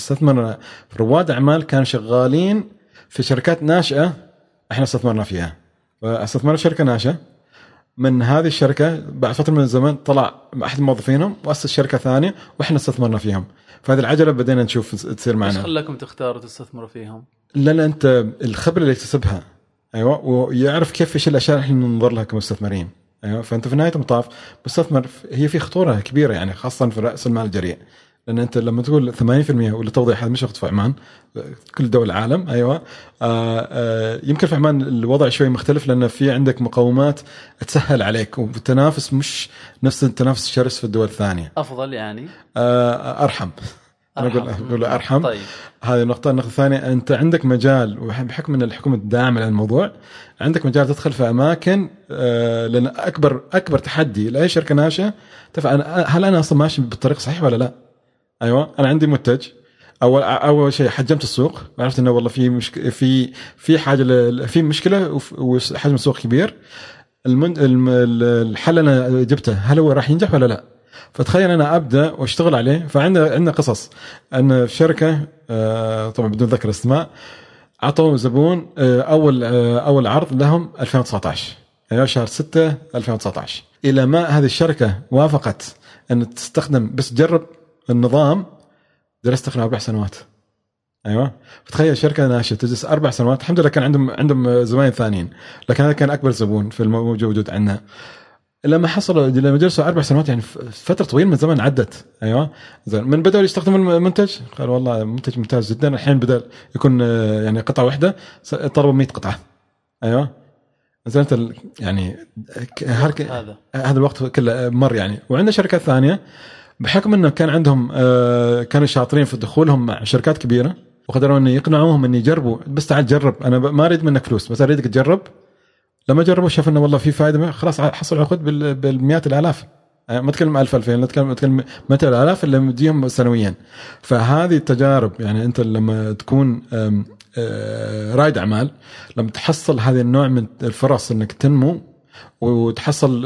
في رواد أعمال كانوا شغالين في شركات ناشئة احنا استثمرنا فيها، واستثمرنا في شركة ناشئة. من هذه الشركة بعد فترة من الزمن طلع أحد موظفينهم وأسس شركة ثانية وإحنا استثمرنا فيهم. فهذه العجلة بدينا نشوف تصير معنا. إيش خلاكم تختاروا تستثمروا فيهم؟ لأن أنت الخبرة اللي تكتسبها، أيوة، ويعرف كيف إيش الأشياء إحنا ننظر لها كمستثمرين. أيوة. فأنت في نهاية المطاف مستثمر هي في خطورة كبيرة يعني، خاصة في رأس المال الجريء. لأن أنت لما تقول 80% ولتوضيح هذا مش وقت في عمان، كل دول العالم. أيوة. يمكن في عمان الوضع شوي مختلف لأن في عندك مقومات تسهل عليك، والتنافس مش نفس التنافس الشرس في الدول الثانية. أفضل يعني أرحم. أنا أقول أرحم. طيب. هذه النقطة الثانية، أنت عندك مجال، وبحكم أن الحكومة الداعمة للموضوع عندك مجال تدخل في أماكن، لأن أكبر تحدي لأي شركة ناشئة هل أنا أصلا ماشي بالطريق صحيح ولا لا؟ أيوة. أنا عندي منتج، أول شيء حجمت السوق، عرفت إنه والله في حاجة في مشكلة وحجم السوق كبير. الحل أنا جبته هل هو راح ينجح ولا لا؟ فتخيل أنا أبدأ واشتغل عليه. فعندنا قصص أن في شركة طبعا بدون ذكر اسماء عطوا زبون أول عرض لهم 2019، أيوة، شهر 6 2019. إلى ما هذه الشركة وافقت أن تستخدم بس تجرب النظام، درست تقريبا 4 سنوات. ايوه. فتخيل شركه ناشئه تجلس 4 سنوات. الحمد لله كان عندهم زباين ثانيين، لكن هذا كان اكبر زبون في الموجود عندنا. لما جلسوا 4 سنوات يعني فتره طويله من زمان عدت. ايوه. زين، من بدأوا يستخدموا المنتج قال والله منتج ممتاز جدا. الحين بدأ يكون يعني قطعه واحده طلبوا 100 قطعه. ايوه. مثلا انت يعني هذا الوقت كله مر يعني. وعندنا شركات ثانيه بحكم انه كان عندهم كانوا شاطرين في دخولهم مع شركات كبيره وقدروا ان يقنعوهم ان يجربوا، بس تعال جرب، انا ما اريد منك فلوس بس اريدك تجرب. لما جربوا شافوا انه والله في فائده، خلاص حصلوا عقود بالمئات الالاف، ما اتكلم 1000 2000، لا اتكلم 200,000 اللي مديهم سنويا. فهذه التجارب يعني انت لما تكون رائد اعمال، لما تحصل هذا النوع من الفرص انك تنمو وتحصل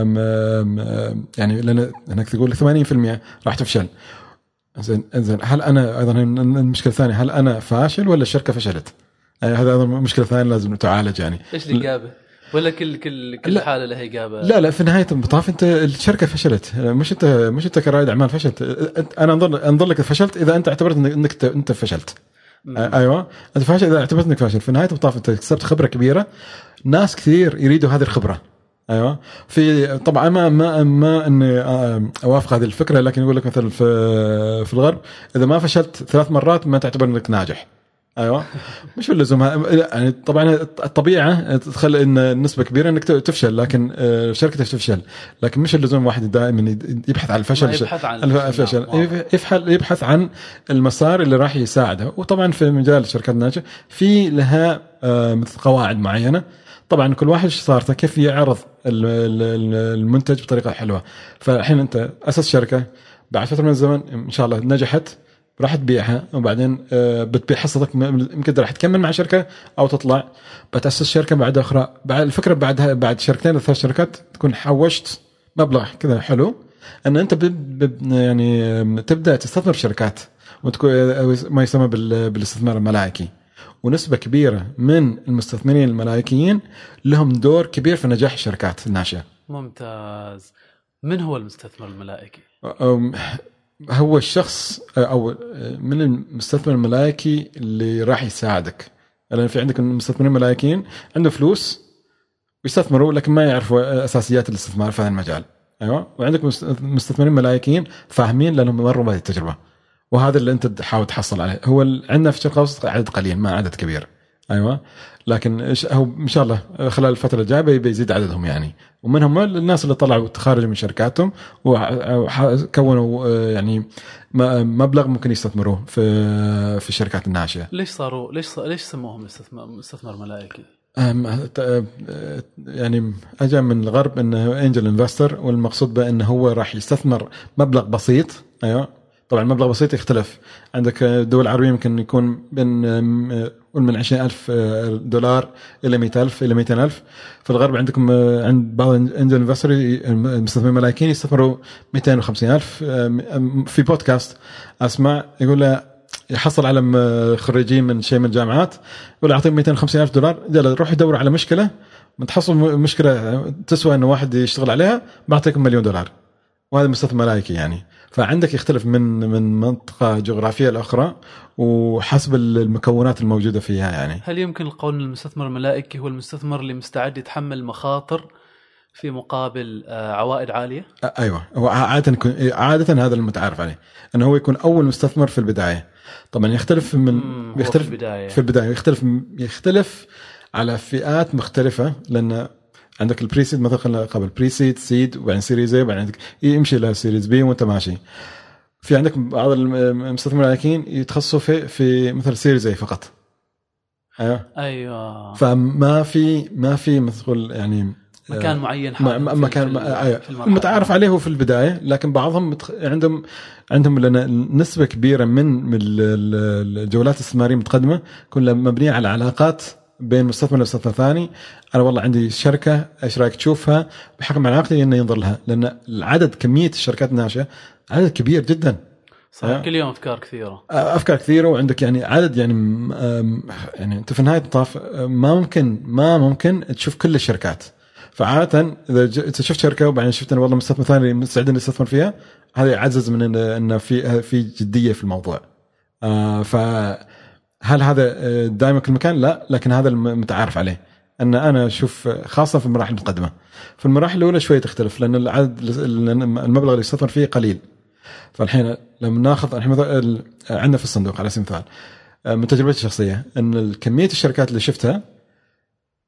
يعني لانك تقول 80% راح تفشل. زين هل انا ايضا المشكله الثانيه، هل انا فاشل ولا الشركه فشلت؟ هذا ايضا مشكله ثانيه لازم تعالج يعني. ايش الاجابه؟ ولا كل حاله لها اجابه؟ لا في نهايه المطاف انت الشركه فشلت، مش انت كرائد اعمال فشلت. انا انظر لك فشلت اذا انت اعتبرت انك انت فشلت. ايوه انت فاشل اذا اعتبرت انك فاشل. في نهايه المطاف انت كسبت خبره كبيره، ناس كثير يريدوا هذه الخبره. ايوه في طبعا ما اني اوافق هذه الفكره، لكن يقول لك مثلا في الغرب اذا ما فشلت 3 مرات ما تعتبر انك ناجح. ايوه مش اللزوم يعني. طبعا الطبيعه تخلي ان نسبه كبيره انك تفشل، لكن شركتك تفشل، لكن مش اللزوم واحد دائما يبحث عن الفشل. يبحث عن المسار اللي راح يساعده. وطبعا في مجال الشركات الناجحه في لها مثل قواعد معينه، طبعا كل واحد صارته كيف يعرض المنتج بطريقه حلوه. فالحين انت اسس شركه، بعد فتره من الزمن ان شاء الله نجحت راح تبيعها، وبعدين بتبيع حصتك، يمكن راح تكمل مع شركه او تطلع بتاسس شركه بعد اخرى. بعد الفكره بعد شركتين او 3 شركات تكون حوشت مبلغ كذا حلو، ان انت يعني تبدا تستثمر في شركات وتكون ما يسمى بالاستثمار الملائكي. ونسبة كبيرة من المستثمرين الملائكيين لهم دور كبير في نجاح الشركات الناشئة. ممتاز. من هو المستثمر الملائكي؟ هو الشخص أو من المستثمر الملائكي اللي راح يساعدك. لأن في عندك مستثمرين ملائكيين عنده فلوس ويستثمروا لكن ما يعرفوا أساسيات الاستثمار في هذا المجال. أيوة. وعندك مستثمرين ملائكيين فاهمين لأنهم مروا بهذه التجربة، وهذا اللي انت تحاول تحصل عليه. هو عندنا في الشرق الاوسط عدد قليل ما عدد كبير. ايوه لكن هو ان شاء الله خلال الفتره الجايه بيزيد عددهم يعني. ومنهم الناس اللي طلعوا تخارجوا من شركاتهم وكونوا يعني مبلغ ممكن يستثمروه في الشركات الناشئه. ليش سموهم استثمار ملائكي؟ يعني اجى من الغرب انه انجل انفستر، والمقصود بانه هو راح يستثمر مبلغ بسيط. ايوه طبعا مبلغ بسيط يختلف. عندك دول عربية يمكن يكون من 20,000 دولار إلى 100,000 إلى 200,000. في الغرب عندكم عند بعض انجل انفستر المستثمرين الملائكيين يستثمروا 250,000. في بودكاست أسمع يقول له يحصل على خريجين من شيء من الجامعات، يقول أعطيهم 250,000 دولار، روح يدور على مشكلة ما تحصل مشكلة تسوى إنه واحد يشتغل عليها، بعطيكم $1,000,000. وهذا مستثمر ملائكي يعني. فعندك يختلف من منطقة جغرافية لأخرى وحسب المكونات الموجودة فيها يعني. هل يمكن القول أن المستثمر الملائكي هو المستثمر اللي مستعد يتحمل مخاطر في مقابل عوائد عالية؟ أيوة هو عادة هذا المتعارف عليه أنه هو يكون أول مستثمر في البداية. طبعا يختلف في البداية يختلف على فئات مختلفة، لأن عندك البريسيد مثلا قبل بريسيد سيد وبعدين سيريز اي وبعدين عندك يمشي لسيريز بي وانت ماشي. في عندك بعض المستثمرين الملائكيين يتخصصوا في مثل سيريز اي فقط. ايوه فما في مثل يعني مكان معين مكان المتعارف عليه في البدايه، لكن بعضهم عندهم لنا نسبه كبيره من الجولات الاستثماريه المتقدمه كلها مبنيه على علاقات بين مستثمر ومستثمر ثاني. أنا والله عندي شركة إيش رأيك تشوفها، بحكم علاقتي إنه ينظر لها، لأن العدد كمية الشركات الناشئة عدد كبير جدا. صحيح. كل يوم أفكار كثيرة وعندك يعني عدد يعني أنت في نهاية الطاف ما ممكن تشوف كل الشركات. فعادة إذا شفت شركة وبعدين شفت أنا والله مستثمر ثاني مستعد إني أستثمر فيها، هذا يعزز من إنه في جدية في الموضوع. هل هذا دائما كل مكان؟ لا، لكن هذا المتعارف عليه. أن أنا أشوف خاصة في المراحل المتقدمة. في المراحل الأولى شوية تختلف لأن المبلغ اللي يستثمر فيه قليل. فالحين لما ناخذ عندنا في الصندوق على سبيل المثال من تجربتي الشخصية أن كمية الشركات اللي شفتها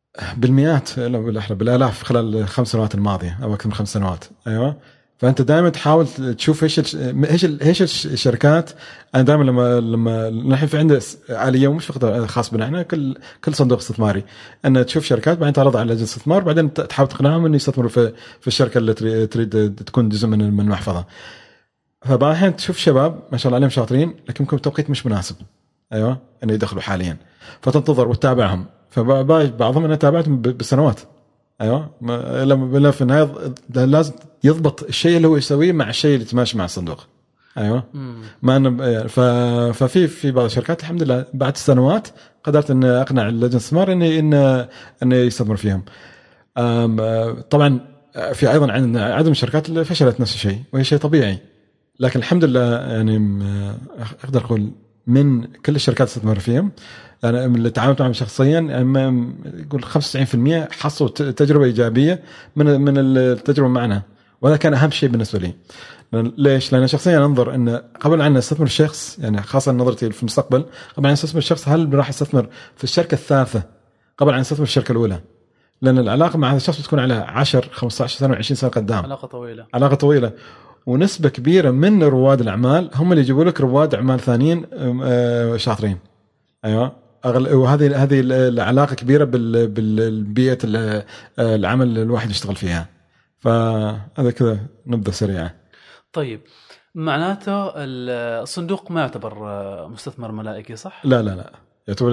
بالمئات، لا بالالاف خلال 5 سنوات الماضيه او اكثر من 5 سنوات. ايوه، فانت دائما تحاول تشوف ايش الشركات. انا دائما لما نحن في عندنا آلية ومش فقط خاص بنا احنا، كل صندوق استثماري ان تشوف شركات بعدين تعرضها على لجنه الاستثمار، بعدين تحاول تقنعهم انه يستثمروا في الشركه اللي تريد تكون جزء من المحفظه. فبعض الأحيان تشوف شباب ما شاء الله عليهم شاطرين لكن يمكن التوقيت مش مناسب ايوه انه يدخلوا حاليا، فتنتظر وتتابعهم. فبعضهم انا تابعتهم بسنوات. ايوه لما في النهايه لازم يضبط الشيء اللي هو يسويه مع الشيء اللي يتماشى مع الصندوق. ايوه ما أنا ففي بعض الشركات الحمد لله بعد سنوات قدرت ان اقنع اللجنه الاستثمار ان يستثمر فيهم. طبعا في ايضا عدم الشركات اللي فشلت نفس الشيء وهي شيء طبيعي، لكن الحمد لله يعني اقدر اقول من كل الشركات اللي استثمر فيهم انا اللي تعاملت معهم شخصيا يقول 95% حصلوا تجربه ايجابيه من التجربه معنا، وهذا كان اهم شيء بالنسبه لي. ليش؟ لان شخصيا انظر ان قبل ان استثمر الشخص يعني خاصه نظرتي في المستقبل قبل ان استثمر الشخص هل راح يستثمر في الشركه الثالثه قبل ان يستثمر في الشركه الاولى، لان العلاقه مع هذا الشخص بتكون على 10 15 سنه و20 سنه قدام، علاقه طويله. ونسبة كبيرة من رواد الأعمال هم اللي يجيبوا لك رواد أعمال ثانيين شاطرين. أيوة وهذه العلاقة كبيرة بالبيئة العمل اللي الواحد يشتغل فيها. فهذا كذا نبذة سريعة. طيب معناته الصندوق ما يعتبر مستثمر ملائكي صح؟ لا يعتبر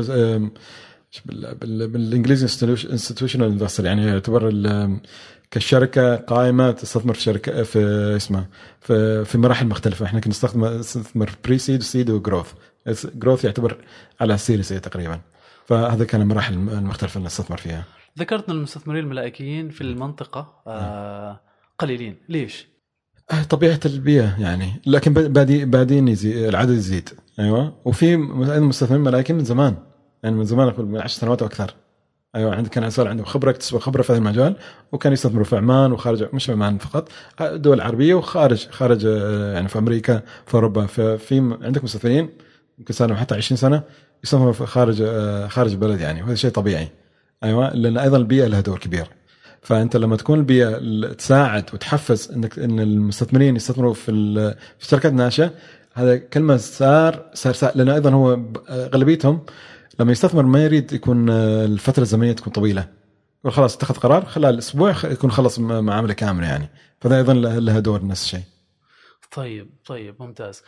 بالإنجليزي institutional investor، يعني يعتبر كشركة قائمة تستثمر في شركة في اسمها في مراحل مختلفة. احنا كنا نستثمر بري سيد وسيد وجروث. جروث يعتبر على سيريس تقريبا، فهذا كان المراحل المختلفة اللي نستثمر فيها. ذكرت ان المستثمرين الملائكيين في المنطقة قليلين، ليش؟ طبيعة البيئة يعني، لكن بعدين العدد يزيد. ايوه وفي مستثمرين ملائكيين من زمان، يعني من زمان أقول من 10 سنوات أكثر. أيوة عندك كان أسأل عندهم خبرة، اكتسبوا خبرة في هذا المجال، وكان يستثمروا في عمان وخارج، مش في عمان فقط، دول عربية وخارج يعني في أمريكا في أوروبا. في عندك مستثمرين يمكن صار حتى 20 سنة يستثمروا في خارج البلد يعني، وهذا شيء طبيعي. أيوة لأن أيضا البيئة لها دور كبير. فأنت لما تكون البيئة تساعد وتحفز إن المستثمرين يستثمروا في شركات ناشئة، هذا كلمة صار لأن أيضا هو غالبيتهم لما يستثمر ما يريد يكون الفترة الزمنية تكون طويلة، وخلاص اتخذ قرار خلال أسبوع يكون خلص معاملة كاملة يعني. فذا أيضا لها دور نفس الشيء. طيب ممتاز.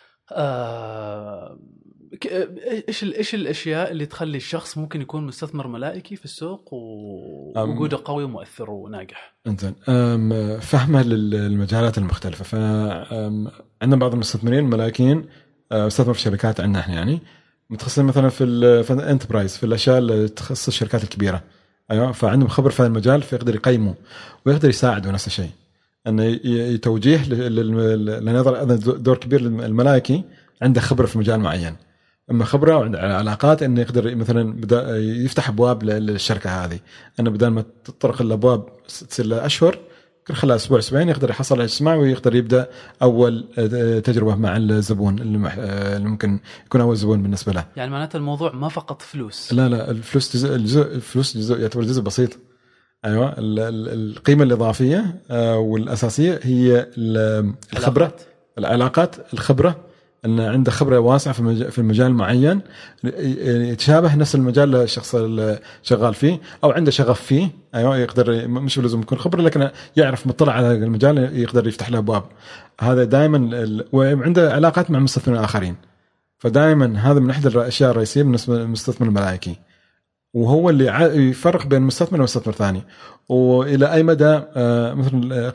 إيش الأشياء اللي تخلي الشخص ممكن يكون مستثمر ملائكي في السوق ووجوده قوي ومؤثر وناجح؟ إنزين فهمه للمجالات المختلفة. فعندنا بعض المستثمرين الملائكيين استثمروا في شركات عندنا احنا يعني متخصصين مثلا في الانتربرايز، في الاشياء اللي تخص الشركات الكبيره. ايوه فعندهم خبره في هذا المجال، فيقدر يقيموا ويقدر يساعدوا نفس الشيء انه يتوجيه لنظر دور كبير للملائكي عنده خبره في مجال معين، اما خبره وعنده علاقات انه يقدر مثلا بدا يفتح ابواب للشركه هذه، انه بدل ما تطرق الابواب تصير له اشهر كل خلال أسبوع أسبوعين يقدر يحصل على اجتماع ويقدر يبدأ أول تجربة مع الزبون اللي ممكن يكون أول زبون بالنسبة له. يعني معناته الموضوع ما فقط فلوس. لا الفلوس جزء يعتبر جزء بسيط. أيوة القيمة الإضافية والأساسية هي الخبرة، العلاقات، الخبرة، أن عنده خبرة واسعة في المجال معين يتشابه نفس المجال الشخص اللي شغال فيه أو عنده شغف فيه. أيوة يقدر مش لازم يكون خبرة لكن يعرف مطلع على المجال يقدر يفتح له أبواب. هذا دائما وعنده علاقات مع مستثمرين آخرين. فدائما هذا من أحد الأشياء الرئيسية بالنسبة للمستثمر الملائكي، وهو اللي يفرق بين مستثمر ومستثمر ثاني. وإلى أي مدى مثل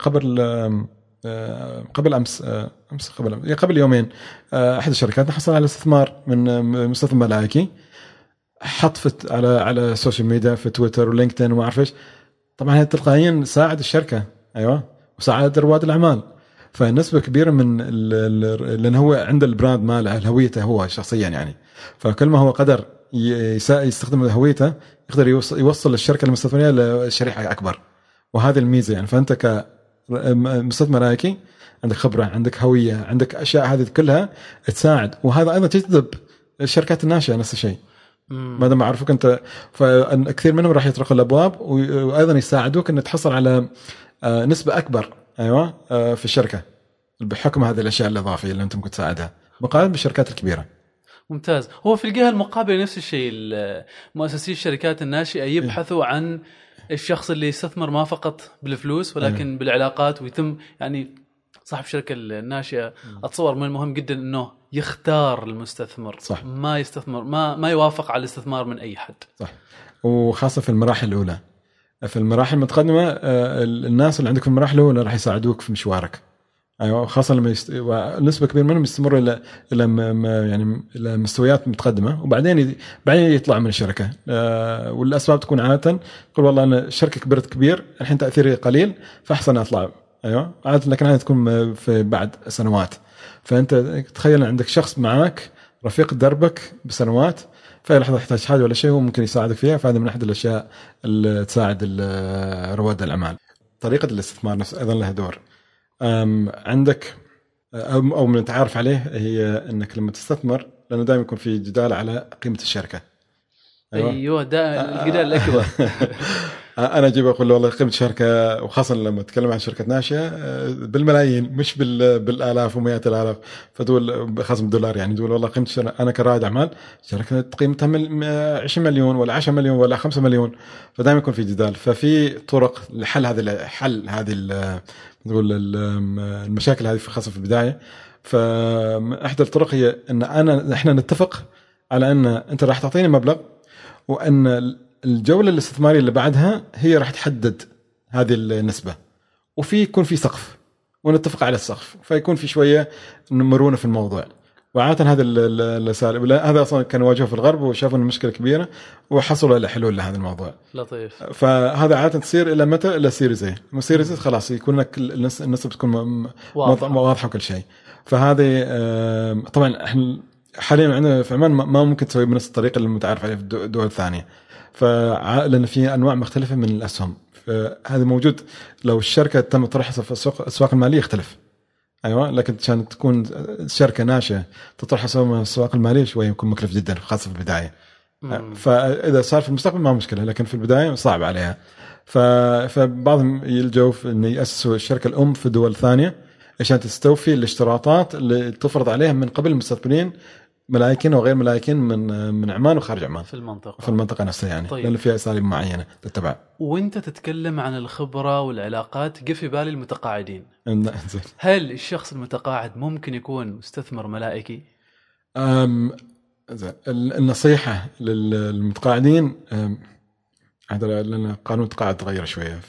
قبل يومين أحد الشركات حصل على استثمار من مستثمر ملائكي، حط على السوشيال ميديا في تويتر ولينكدين وما أعرف إيش. طبعا تلقائيا ساعد الشركة. أيوة وساعد رواد الأعمال. فنسبة كبيرة من لأن هو عنده البراند ماله هويته هو شخصيا يعني، فكل ما هو قدر يستخدم هويته يقدر يوصل الشركة المستثمرية لشريحة أكبر، وهذه الميزة يعني. فأنت كمستثمر ملائكي عندك خبرة، عندك هوية، عندك أشياء هذه كلها تساعد، وهذا أيضا تجذب الشركات الناشئة نفس الشيء. ما دام عرفوك انت، فكثير منهم راح يطرقوا الابواب وايضا يساعدوك ان تحصل على نسبه اكبر ايوه في الشركه بحكم هذه الاشياء الاضافيه اللي انت ممكن تساعدها مقارنه بالشركات الكبيره. ممتاز. هو في الجهه المقابله نفس الشيء، مؤسسي الشركات الناشئه يبحثوا عن الشخص اللي يستثمر ما فقط بالفلوس ولكن بالعلاقات، ويتم يعني صاحب الشركه الناشئه اتصور من المهم جدا انه يختار المستثمر. صح. ما يستثمر ما يوافق على الاستثمار من اي حد. صح. وخاصه في المراحل الاولى. في المراحل المتقدمه الناس اللي عندك في المراحل الاولى راح يساعدوك في مشوارك. ايوه خاصه لما نسبه كبيره منهم يستمروا الى مستويات متقدمه وبعدين يطلعوا من الشركه. والاسباب تكون عاده يقول والله انا الشركه كبرت كبير الحين تاثيري قليل فاحسن اطلع. ايوه عاده لكن هذه تكون في بعد سنوات. فانت تخيل عندك شخص معك رفيق دربك بسنوات في لحظه تحتاج حاجه ولا شيء وممكن يساعدك فيها. فهذا من احد الاشياء اللي تساعد رواد الاعمال. طريقه الاستثمار نفسه ايضا لها دور. عندك او من تعرف عليه هي انك لما تستثمر لانه دائما يكون في جدال على قيمه الشركه. ايوه ده الجدال الاكبر. انا اجيب اقول والله قيمه الشركه وخاصه لما اتكلم عن شركه ناشئه بالملايين مش بالالاف ومئات الالاف. فدول خاصه بالدولار يعني دول والله قيمه انا كرائد اعمال شركه قيمتها 20 مليون ولا 10 مليون ولا 5 مليون. فدائما يكون في جدال. ففي طرق لحل هذه نقول المشاكل هذه خاصه في البدايه. فاحدى الطرق هي ان احنا نتفق على ان انت راح تعطيني مبلغ وان الجوله الاستثماريه اللي بعدها هي راح تحدد هذه النسبه وفي يكون في سقف ونتفق على السقف فيكون في شويه مرونه في الموضوع. وعاده هذا الاساليب هذا اصلا كان واجهه في الغرب وشافوا المشكله كبيره وحصلوا على حلول لهذا الموضوع. لطيف. فهذا عاده تصير الى متى؟ الى سيريز سيريز خلاص يكون لك النسبه تكون واضحه وكل شيء. فهذه طبعا احنا حاليا عندنا في عمان ما ممكن تسوي بنفس الطريقه اللي متعارف عليها في الدول الثانيه. لأن في أنواع مختلفة من الأسهم. هذا موجود لو الشركة تم طرحها في الأسواق المالية يختلف. أيوة لكن عشان تكون شركة ناشئة تطرح أسهم في الأسواق المالية شوية يكون مكلف جدا خاصة في البداية. فإذا صار في المستقبل ما مشكلة لكن في البداية صعب عليها. فبعضهم يلجوا إن يأسسوا الشركة الأم في دول ثانية عشان تستوفي الاشتراطات اللي تفرض عليهم من قبل المستثمرين ملايكين وغير ملايكين من عمان وخارج عمان في المنطقة نفسها يعني. طيب. لأن فيها أساليب معينة تتبع. وانت تتكلم عن الخبرة والعلاقات جه في بالي المتقاعدين. هل الشخص المتقاعد ممكن يكون مستثمر ملائكي؟ النصيحة للمتقاعدين هذا لأن قانون التقاعد تغير شوية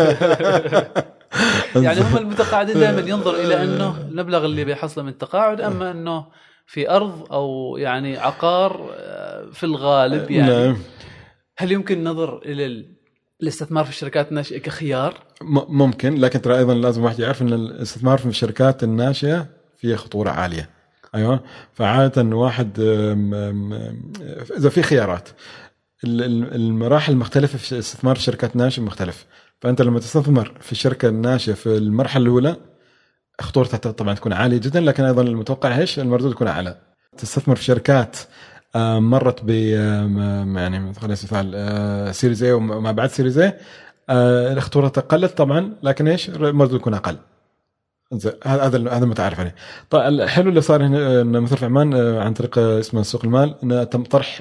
يعني هم المتقاعدين دائما ينظر إلى أنه المبلغ اللي بيحصله من التقاعد أما أنه في أرض أو يعني عقار في الغالب يعني. هل يمكن النظر إلى الاستثمار في الشركات الناشئة كخيار؟ ممكن لكن ترى أيضا لازم واحد يعرف أن الاستثمار في الشركات الناشئة فيه خطورة عالية. أيوة فعادة واحد إذا في خيارات المراحل المختلفة في استثمار الشركات الناشئة مختلف. فأنت لما تستثمر في الشركة الناشئة في المرحلة الأولى خطورتها طبعا تكون عالية جدا لكن أيضا المتوقع إيش المردود يكون أعلى. تستثمر في شركات مرت ب يعني خلينا مثال سيريز A وما بعد سيريز A خطورتها قلت طبعا لكن إيش المردود يكون أقل. هذا متعارف عليه. طيب الحلو اللي صار هنا مثل في عمان عن طريق اسمه سوق المال إنه تم طرح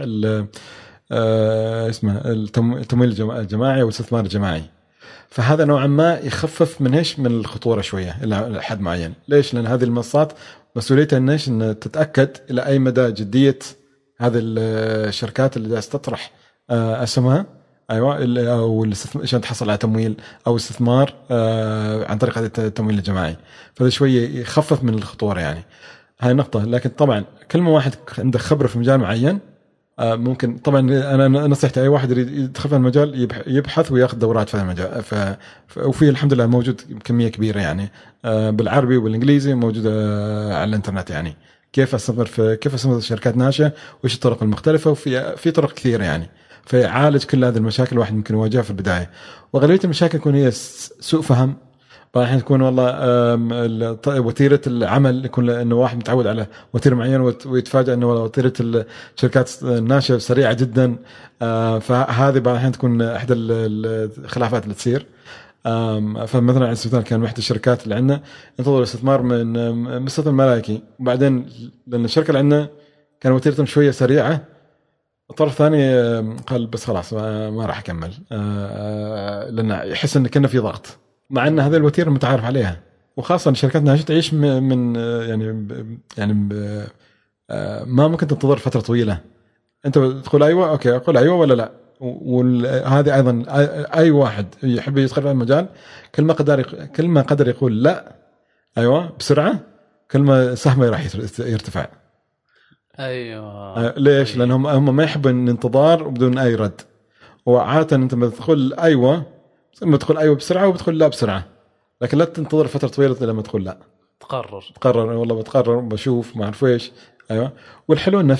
اسمه التمويل الجماعي والاستثمار الجماعي. فهذا نوعا ما يخفف من ايش من الخطوره شويه الى حد معين. ليش؟ لان هذه المنصات مسؤوليتها ان تتاكد الى اي مدى جديه هذه الشركات اللي تطرح اسهمها. ايوه او عشان تحصل على تمويل او استثمار عن طريق هذا التمويل الجماعي. فهذا شويه يخفف من الخطوره يعني. هاي نقطه. لكن طبعا كل ما واحد عنده خبره في مجال معين ممكن طبعا انا نصيحتي اي واحد يريد يدخل في المجال يبحث وياخذ دورات في المجال. وفي الحمد لله موجود كميه كبيره يعني بالعربي والانجليزي موجوده على الانترنت يعني كيف استثمر في شركات ناشئه وايش الطرق المختلفه. وفي طرق كثيره يعني فيعالج كل هذه المشاكل الواحد ممكن يواجهها في البدايه. وغالبيه المشاكل تكون هي سوء فهم بعض الحين تكون والله وتيره العمل يكون انه واحد متعود على وتيره معينه ويتفاجئ انه والله وتيره الشركات الناشئه سريعه جدا. فهذه بعض الحين تكون احدى الخلافات اللي تصير. فمثلا على سبيل المثال كان واحدة الشركات اللي عندنا ينتظر الاستثمار من مستثمر ملائكي، وبعدين لأن الشركة اللي عندنا كان وتيرتهم شوية سريعة، الطرف الثاني قال بس خلاص ما راح أكمل، لأن يحس إن كنا في ضغط، مع أن هذه الوتيرة متعارف عليها. وخاصة الشركات ناشئة تعيش من يعني ما ممكن تنتظر فترة طويلة. أنت تقول أيوة أوكي، أقول أيوة ولا لا. وهذه أيضا أي واحد يحب يدخل في المجال كل ما قدر يقول لا أيوة بسرعة، كل ما سهمه راح يرتفع. أيوة. ليش؟ لأنهم هم ما يحبون الانتظار بدون أي رد. وعادة أنت بتقول أيوة، ثم تقول أيوة بسرعة وبتقول لا بسرعة، لكن لا تنتظر فترة طويلة لما تقول لا. تقرر والله بتقرر بشوف ما أعرف إيش. ايوه. والحلو انه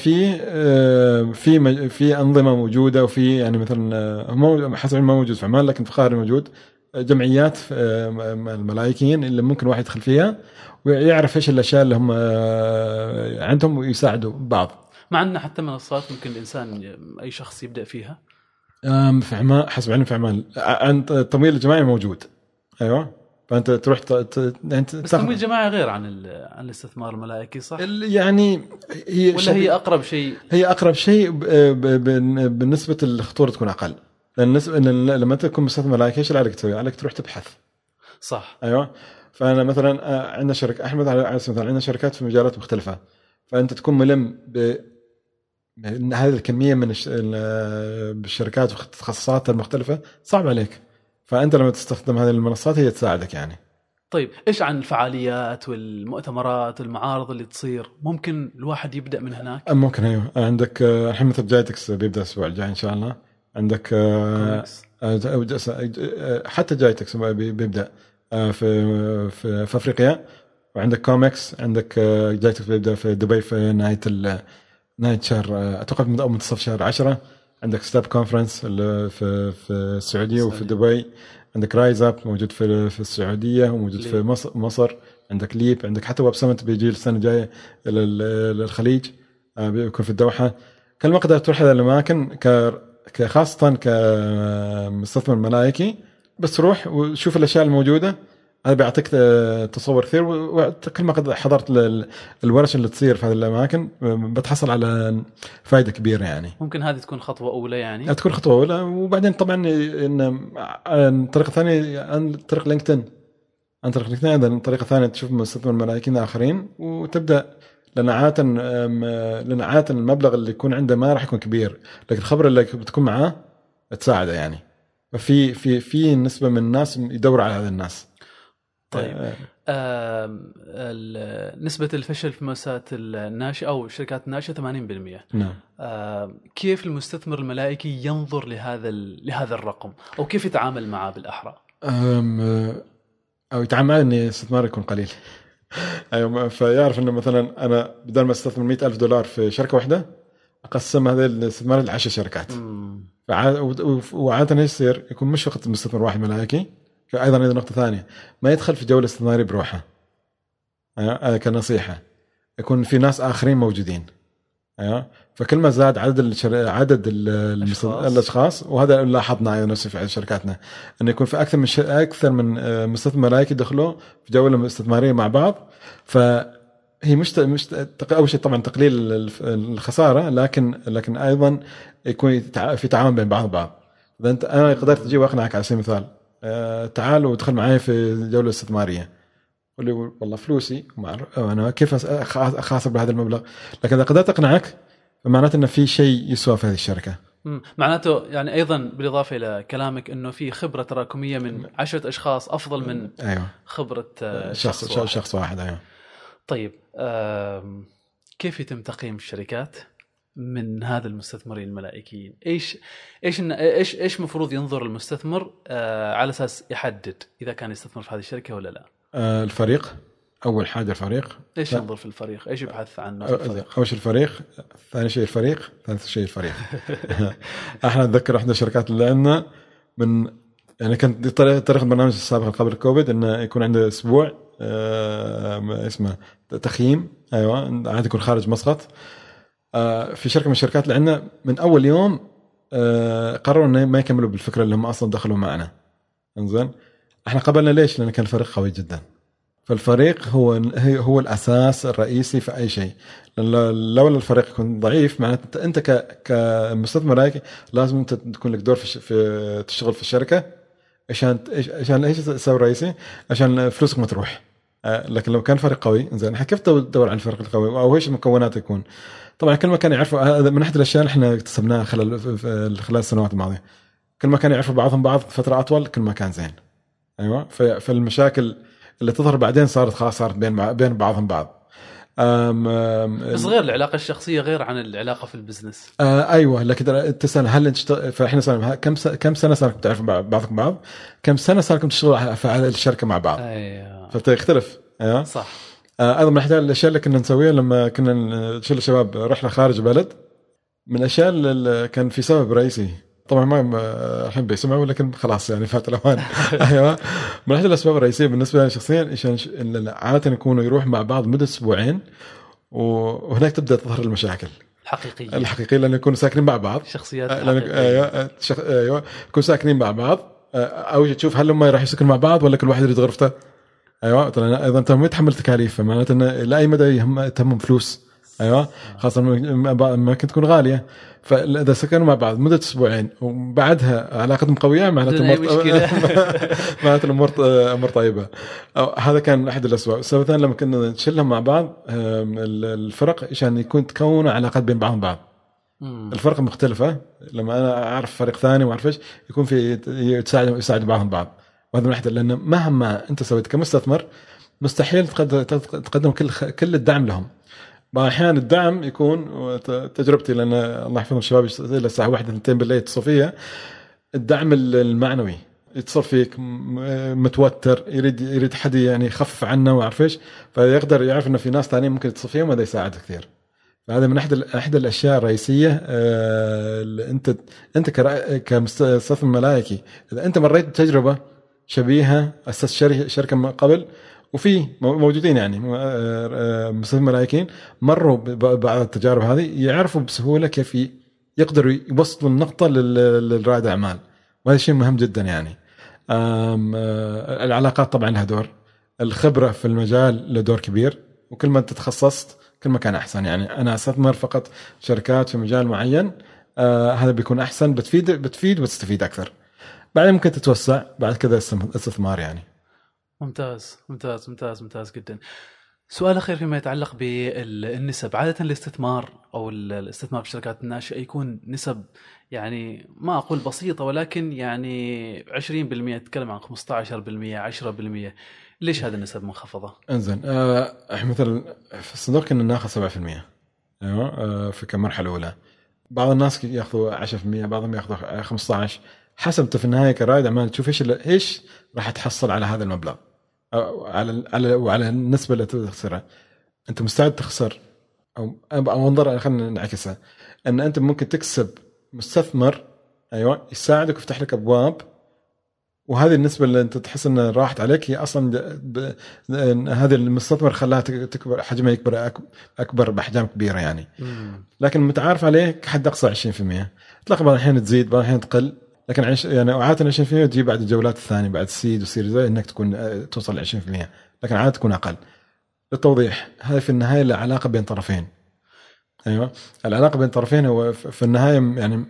في انظمه موجوده، وفي يعني مثلا حسب ما موجود في عمان، لكن في القاهره موجود جمعيات الملائكيين اللي ممكن واحد يدخل فيها ويعرف ايش الاشياء اللي هم عندهم ويساعدوا بعض. مع ان حتى منصات ممكن الانسان اي شخص يبدا فيها. في عمان حسب علم في عمان عند التمويل الجماعي موجود. ايوه. فانت تروح بس التمويل الجماعي غير عن الاستثمار الملائكي، صح؟ يعني هي اقرب شيء. هي اقرب شيء بالنسبه للخطوره تكون اقل. لان لما تكون مستثمر ملائكي ايش عليك تسوي؟ عليك تروح تبحث. صح. ايوه. فانا مثلا عندنا شركه احمد على سبيل المثال، عندنا شركات في مجالات مختلفه، فانت تكون ملم هذه الكميه من بالشركات والتخصصات المختلفه صعب عليك. فأنت لما تستخدم هذه المنصات هي تساعدك يعني. طيب إيش عن الفعاليات والمؤتمرات والمعارض اللي تصير؟ ممكن الواحد يبدأ من هناك؟ ممكن. أيوة. عندك الحين مثل جايتكس بيبدأ الأسبوع الجاي إن شاء الله. عندك حتى جايتكس بيبدأ في أفريقيا. وعندك كوميكس، عندك جايتكس بيبدأ في دبي في نهاية شهر أتوقع أو منتصف شهر 10. عندك ستاب كونفرنس في السعودية وفي دبي. عندك رايز اب موجود في السعودية وموجود في مصر. عندك ليب، عندك حتى ويب سمت بيجي السنة الجاية للخليج، بيكون في الدوحة. كل ما قدرت تروح هذه الأماكن خاصة كمستثمر ملائكي، بس روح وشوف الأشياء الموجودة، هذا بيعطيك تصور كثير. وكل ما قد حضرت الورش اللي تصير في هذه الأماكن بتحصل على فائدة كبيرة يعني. ممكن هذه تكون خطوة أولى يعني. تكون خطوة أولى، وبعدين طبعا إن طريقة ثانية عن طريق لينكدين. عن طريق لينكدين أيضا طريقة ثانية تشوف مستثمر ملايين آخرين وتبدأ. لأن عادة المبلغ اللي يكون عنده ما راح يكون كبير، لكن الخبر اللي بتكون معاه تساعده يعني. في نسبة من الناس يدور على هذا الناس. طيب نسبة الفشل في مؤسسات الناشئة أو الشركات الناشئة 80%. نعم. كيف المستثمر الملائكي ينظر لهذا الرقم، أو كيف يتعامل معه بالأحرى؟ أو يتعامل إن الاستثمار يكون قليل. أيوة. فيعرف إنه مثلا أنا بدل ما استثمر $100,000 في شركة واحدة، أقسم هذا الاستثمار ل10 شركات. وعادة يصير يكون مش فقط مستثمر واحد ملائكي. أيضا نقطة ثانية، ما يدخل في جولة استثمارية بروحه. كنصيحة يكون في ناس آخرين موجودين. فكل ما زاد عدد الأشخاص، وهذا لاحظنا أيضا نفسه في شركاتنا، أن يكون في أكثر من مستثمر ملائكي دخلوا في جولة استثمارية مع بعض. فهي مش أول شيء طبعا تقليل الخسارة، لكن أيضا يكون في تعاون بين بعض. إذا أنا قدرت أجي وأقنعك على سبيل المثال، تعال ودخل معي في جولة استثمارية، قل لي والله فلوسي أنا كيف أخاسر بهذا المبلغ، لكن إذا قدرت أقنعك فمعناته أنه في شيء يسوى في هذه الشركة. معناته يعني أيضا بالإضافة إلى كلامك أنه في خبرة تراكمية من 10 أشخاص أفضل من أيوة. خبرة شخص واحد. أيوة. طيب كيف يتم تقييم الشركات من هذا المستثمرين الملائكيين؟ ايش مفروض ينظر المستثمر على اساس يحدد اذا كان يستثمر في هذه الشركه ولا لا؟ الفريق اول حاجه. الفريق ايش ينظر في الفريق؟ ايش يبحث عنه في الفريق؟ اول شيء الفريق، ثاني شيء الفريق، ثالث شيء الفريق. احنا نتذكر احدى الشركات اللي عندنا من يعني كانت طريقة البرنامج السابق قبل الكوفيد إنه يكون عنده أسبوع اسمه تخييم. أيوة عاد يكون خارج مسقط. في شركة من الشركات اللي عندنا من أول يوم قرروا إنه ما يكملوا بالفكرة اللي هم أصلا دخلوا معنا. إنزين إحنا قبلنا ليش؟ لأن كان فريق قوي جدا. فالفريق هو الأساس الرئيسي في أي شيء. لو الفريق يكون ضعيف معناته أنت كمستثمر لازم أنت تكون لك دور في تشتغل في الشركة عشان ايش تسوي رئيسي؟ عشان فلوسك ما تروح. لكن لو كان فريق قوي زين كيف تدور على الفريق القوي او ايش المكونات يكون؟ طبعا كل ما كان يعرفوا هذا من احد الاشياء احنا اكتسبناها خلال السنوات الماضيه. كل ما كان يعرفوا بعضهم بعض فتره اطول كل ما كان زين. ايوه فالمشاكل اللي تظهر بعدين صارت بين بعضهم بعض. بس غير العلاقة الشخصية غير عن العلاقة في البزنس. أيوة لكن تسأل هل أنت فإحنا سألنا كم سنة صاركم تعرفوا بعضكم بعض؟ كم سنة صاركم تشتغلوا على الشركة مع بعض؟ أيوة. فتختلف. أيوة صح. أيضا من أحد الأشياء اللي كنا نسويها لما كنا نشيل الشباب رحلة خارج البلد من الأشياء اللي كان في سبب رئيسي. طبعا ما الحين بيسمعوا لكن خلاص يعني فات الأوان. أيوة من أحد الأسباب الرئيسية بالنسبة لي شخصيا عشان عادة يكونوا يروح مع بعض مدة أسبوعين وهناك تبدأ تظهر المشاكل الحقيقية لأن يكونوا ساكنين مع بعض شخصيات أيوة يكونوا ساكنين مع بعض أو تشوف هل هم راح يسكنوا مع بعض ولا كل واحد يريد غرفته. أيوة طبعا إذا أنت ما يتحمل تكاليف فمعناته إنه لأي مدى يهمهم فلوس. أيوة خاصة ما كنت تكون غالية. فإذا سكنوا مع بعض مدة أسبوعين وبعدها علاقتهم قوية معناته الأمور طيبة. هذا كان أحد الأسباب. السبب الثاني لما كنا نشيلهم مع بعض الفرق عشان يكون تكون علاقات بين بعض. الفرق مختلفة لما أنا أعرف فريق ثاني وأعرف إيش يكون في يساعد بعضهم بعض. وهذا من أحد لأن مهما أنت سويت كمستثمر مستحيل تقدم كل الدعم لهم. أحيانا الدعم يكون تجربتي لأن الله يحفظهم الشباب إلى الساعة 1-2 بالليل يتصل فيها. الدعم المعنوي يتصل فيك متوتر يريد حد يعني يخفف عنه ويعرف إيش فيقدر يعرف إنه في ناس ثانيين ممكن يتصل فيهم وهذا يساعد كثير. فهذا من أحد الأشياء الرئيسية اللي أنت كمستثمر ملاكي إذا أنت مريت بتجربة شبيهة أسس شركة قبل وفي موجودين يعني مستثمرين ملايين مروا بعض التجارب هذه يعرفوا بسهولة كيف يقدروا يوصلوا النقطة للرائد أعمال. وهذا شيء مهم جدا يعني. العلاقات طبعا لها دور. الخبرة في المجال له دور كبير وكل ما أنت تخصصت كل ما كان أحسن. يعني أنا أستثمر فقط شركات في مجال معين هذا بيكون أحسن بتفيد وتستفيد أكثر. بعدين ممكن تتوسع بعد كذا استثمار يعني. ممتاز ممتاز ممتاز ممتاز جدا. سؤال أخير فيما يتعلق بالنسب. عادة الاستثمار أو الاستثمار في الشركات الناشئة يكون نسب يعني ما أقول بسيطة ولكن يعني 20% تتكلم عن 15% 10%. ليش هذه النسب منخفضة؟ انزين مثلا في الصندوق كنا ناخذ 7%. ايوه في كمرحلة أولى. بعض الناس ياخذوا 10% بعضهم ياخذوا 15 حسب في النهاية كرائد أعمال تشوف إيش راح تحصل على هذا المبلغ أو على النسبة اللي تخسرها. أنت مستعد تخسر أو انظر خلينا نعكسها أن أنت ممكن تكسب مستثمر أيوة يساعدك ويفتح لك أبواب وهذه النسبة اللي أنت تحس أنها راحت عليك هي أصلا هذا المستثمر خلاها تكبر حجمها يكبر أكبر بأحجام كبيرة يعني. لكن متعارف عليك حد أقصى 20%. تلاقي بعض الحين تزيد بعض الحين تقل لكن يعني عادة 20% تجي بعد الجولات الثانية بعد السيد وسير زي إنك تكون توصل ل 20% لكن عادة تكون أقل. للتوضيح هذا في النهاية العلاقة بين طرفين. أيوة العلاقة بين طرفين هو في النهاية يعني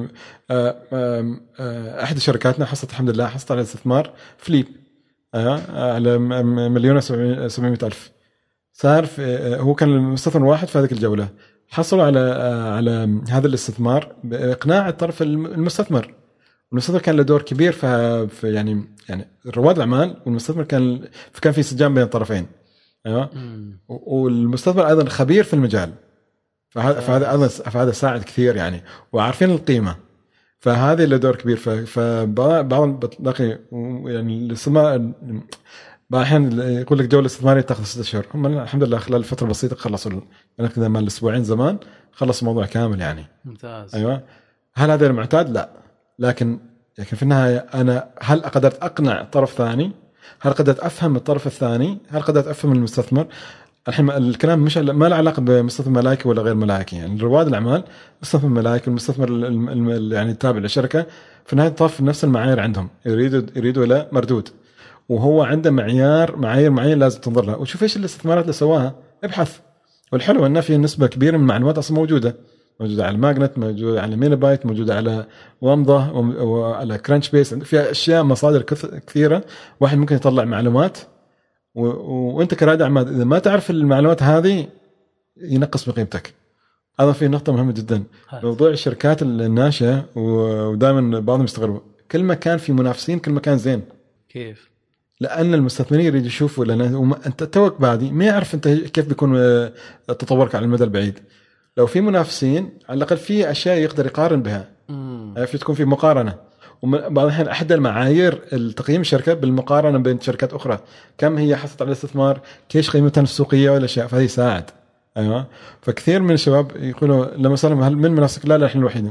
أحد شركاتنا حصلت الحمد لله حصلت على استثمار فليب على 1,700,000 صار هو كان المستثمر واحد في هذه الجولة حصلوا على هذا الاستثمار بإقناع الطرف المستثمر. والمستثمر كان له دور كبير في يعني رواد الأعمال والمستثمر كان في انسجام بين الطرفين. أيوة والمستثمر أيضا خبير في المجال فهذا ساعد كثير يعني وعارفين القيمة فهذا له دور كبير. فبعض بتلاقي يعني الاستثمار أحيانا يقول لك جولة استثمارية تأخذ 6 أشهر هم الحمد لله خلال فترة بسيطة خلصوا يعني كذا مال الأسبوعين زمان خلص الموضوع كامل يعني. ممتاز. أيوة هل هذا المعتاد؟ لا لكن لكن في النهايه انا هل قدرت اقنع طرف ثاني؟ هل قدرت افهم الطرف الثاني؟ هل قدرت افهم المستثمر؟ الحين الكلام مش ما له علاقه بمستثمر ملاكي ولا غير ملاكي، يعني رواد الاعمال مستثمر ملاكي والمستثمر يعني التابع للشركه في النهايه طاف نفس المعايير عندهم، يريدوا له مردود، وهو عنده معايير لازم تنظر لها. وشوف ايش الاستثمارات اللي سواها، ابحث. والحلو انه في نسبه كبيره من المعلومات اصلا موجوده على ماجنت، موجوده على مينابايت، موجوده على وامضه وعلى كرانش بيس، في اشياء مصادر كثيره واحد ممكن يطلع معلومات. وانت كرائد اعمال اذا ما تعرف المعلومات هذه ينقص من قيمتك. هذا في نقطه مهمه جدا موضوع الشركات الناشئه، ودائما بعضهم يستغربوا كل ما كان في منافسين كل ما كان زين. كيف؟ لان المستثمرين يريدوا يشوفوا، لان انت توك بادي ما يعرف انت كيف بيكون تطورك على المدى البعيد. لو في منافسين على الاقل في اشياء يقدر يقارن بها، في تكون في مقارنه. وبعض الأحيان أحد المعايير التقييم الشركة بالمقارنة بين شركات أخرى، كم هي حصلت على الاستثمار، كيش قيمتها السوقية ولا شيء، فهذه يساعد. أيوة. فكثير من الشباب يقولوا لما سألهم هل من منافسك؟ لا إحنا الوحيدين.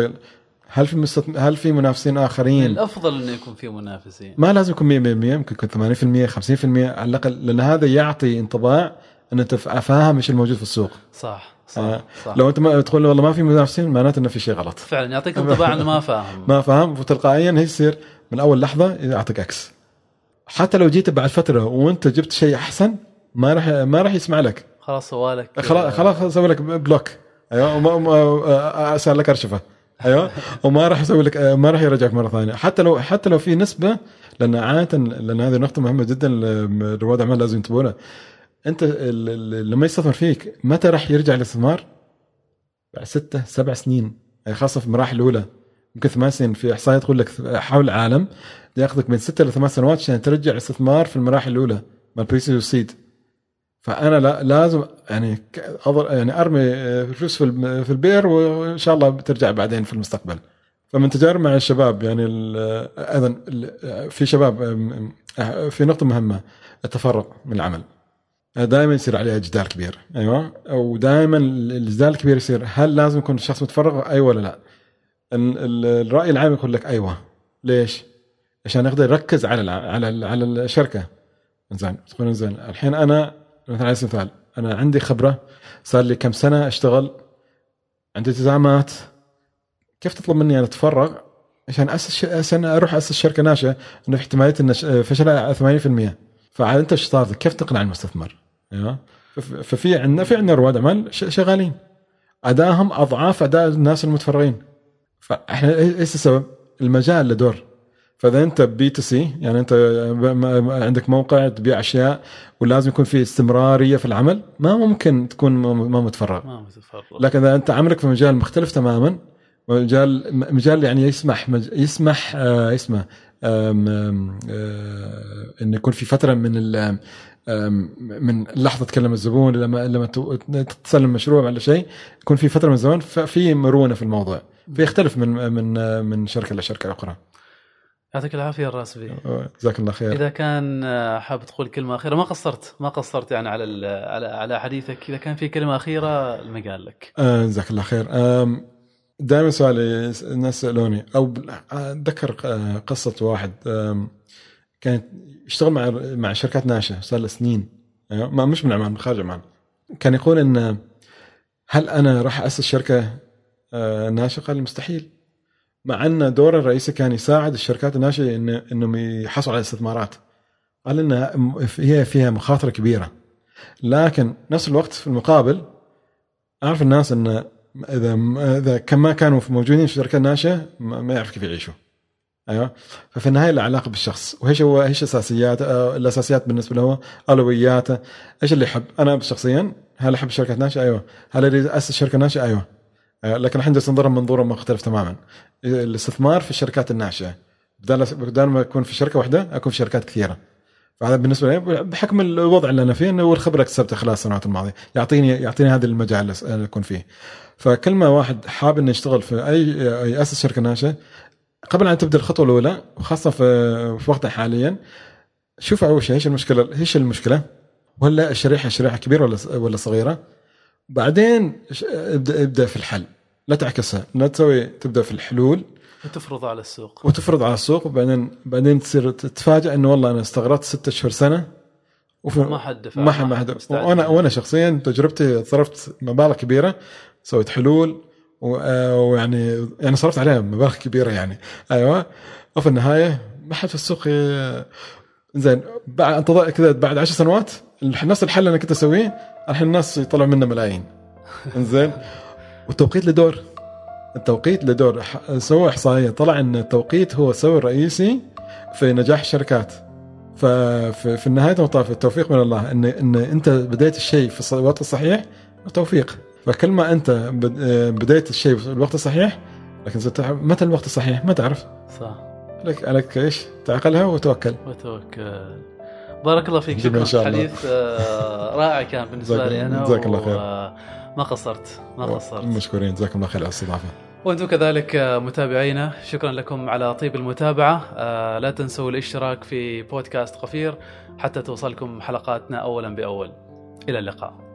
هل في منافسين آخرين؟ الأفضل إنه يكون في منافسين، ما لازم يكون 100%، ممكن يكون 80% 50% على الأقل، لأن هذا يعطي انطباع أن أنت فاهم إيش الموجود في السوق. صح. لو انت ما تقول والله ما في منافسين معناته انه في شيء غلط، فعلا يعطيك انطباع انه ما فاهم وتلقائيا هي يصير من اول لحظه يعطيك اكس. حتى لو جيت بعد فتره وانت جبت شيء احسن ما راح يسمع لك، خلاص سوالك خلاص اسوي لك بلوك. ايوه وما اسال لك ارشفه. ايوه وما راح يسوي لك، ما راح يرجعك مره ثانيه حتى لو في نسبه، لان عاده لان هذه نقطه مهمه جدا رواد الاعمال لازم ينتبهوا لها. انت لما يستثمر فيك متى راح يرجع الاستثمار؟ بعد 6-7 سنين، يعني خاصه في المراحل الاولى يمكن 8 سنين. في احصائيات تقول لك حول العالم ياخذك من 6 ل 8 سنوات عشان ترجع الاستثمار في المراحل الاولى مع بريسيد والسيد. فانا لازم يعني ارمي فلوس في البير وان شاء الله بترجع بعدين في المستقبل. فمن تجارب مع الشباب يعني ايضا في شباب في نقطه مهمه، التفرغ من العمل دائما يصير عليه جدال كبير. ايوه ودائما الجدال الكبير يصير هل لازم يكون الشخص متفرغ ايوه ولا لا. الراي العام يقول لك ايوه. ليش؟ عشان يقدر يركز على الشركه. زين الحين انا مثلا على سبيل المثال انا عندي خبره، صار لي كم سنه اشتغل، عندي التزامات، كيف تطلب مني انا اتفرغ عشان اروح اسس شركه ناشئه انه في احتماليه ان فشلها 80%؟ فعاد انت ايش صار؟ كيف تقنع المستثمر؟ ايوه ففي عندنا رواد اعمال شغالين ادائهم اضعاف اداء الناس المتفرغين. فاحنا ايش السبب؟ المجال له دور. فاذا انت بي تو سي يعني انت عندك موقع تبيع اشياء ولازم يكون في استمراريه في العمل، ما ممكن تكون ما متفرغ. لكن اذا انت عملك في مجال مختلف تماما، مجال يعني يسمح اسمه ان يكون في فتره من لحظه تكلم الزبون لما تسلم مشروع ولا شيء، يكون في فتره من الزمن ففي مرونه في الموضوع، بيختلف من شركه لشركه اخرى. يعطيك العافيه الراسبي، جزاك الله خير. اذا كان حاب تقول كلمه اخيره، ما قصرت يعني على حديثك، اذا كان في كلمه اخيره المجال لك. جزاك الله خير. دائما سؤالي الناس سألوني أو أتذكر قصة واحد كان يشتغل مع شركات ناشئة صار له سنين، ما مش من عمان، من خارج عمان. كان يقول إن هل أنا راح أسس شركة ناشئة؟ قال مستحيل، مع أن دوره الرئيسي كان يساعد الشركات الناشئة إنهم يحصلوا على استثمارات. قال إن هي فيها مخاطرة كبيرة، لكن نفس الوقت في المقابل أعرف الناس إن إذا كما كانوا موجودين في شركة ناشئة ما يعرف كيف يعيشوا. أيوة. ففي النهاية العلاقة بالشخص، وإيش الأساسيات بالنسبة له، أولوياته، إيش اللي يحب. أنا شخصيا هل أحب شركة ناشئة؟ أيوة. هل أريد أسس شركة ناشئة؟ أيوة. لكن الحين جالس ننظر منظور مختلف تماما. الاستثمار في الشركات الناشئة بدل ما أكون في شركة واحدة أكون في شركات كثيرة. فهذا بالنسبة لي بحكم الوضع اللي أنا فيه والخبرة اكتسبتها خلال السنوات الماضية يعطيني هذا المجال اللي أكون فيه. فكلمة واحد حاب إنه يشتغل في أي يأسس شركة ناشئة، قبل أن تبدأ الخطوة الأولى وخاصة في وقتنا حاليا، شوف أول شيء إيش المشكلة، ولا الشريحة كبيرة ولا صغيرة، بعدين ابدأ في الحل. لا تعكسها، لا تبدا في الحلول وتفرض على السوق وبعدين تصير تتفاجأ انه والله انا استغرقت 6 أشهر سنه ما حد وانا شخصيا تجربتي صرفت مبالغ كبيره، سويت حلول ويعني صرفت عليها مبالغ كبيره يعني. ايوه، وفي النهايه ما حد في السوق زين. بعد كذا بعد 10 سنوات نفس الحل اللي انا كنت اسويه الحين الناس يطلعوا منه ملايين. زين. والتوقيت لدور سووا احصائيه طلع ان التوقيت هو السبب الرئيسي في نجاح الشركات. ففي النهايه المطاف التوفيق من الله، ان انت بديت الشيء في الوقت الصحيح توفيق. فكل ما انت بديت الشيء في الوقت الصحيح، لكن متى الوقت الصحيح ما تعرف. صح. عليك ايش تعقلها وتوكل. بارك الله فيك، شكرا. حديث رائع كان بالنسبه لي انا. جزاك الله خير. ما قصرت. مشكورين، جزاكم الله خير على الاستضافه. وانتم كذلك متابعينا، شكرا لكم على طيب المتابعه. لا تنسوا الاشتراك في بودكاست قفير حتى توصلكم حلقاتنا اولا باول. الى اللقاء.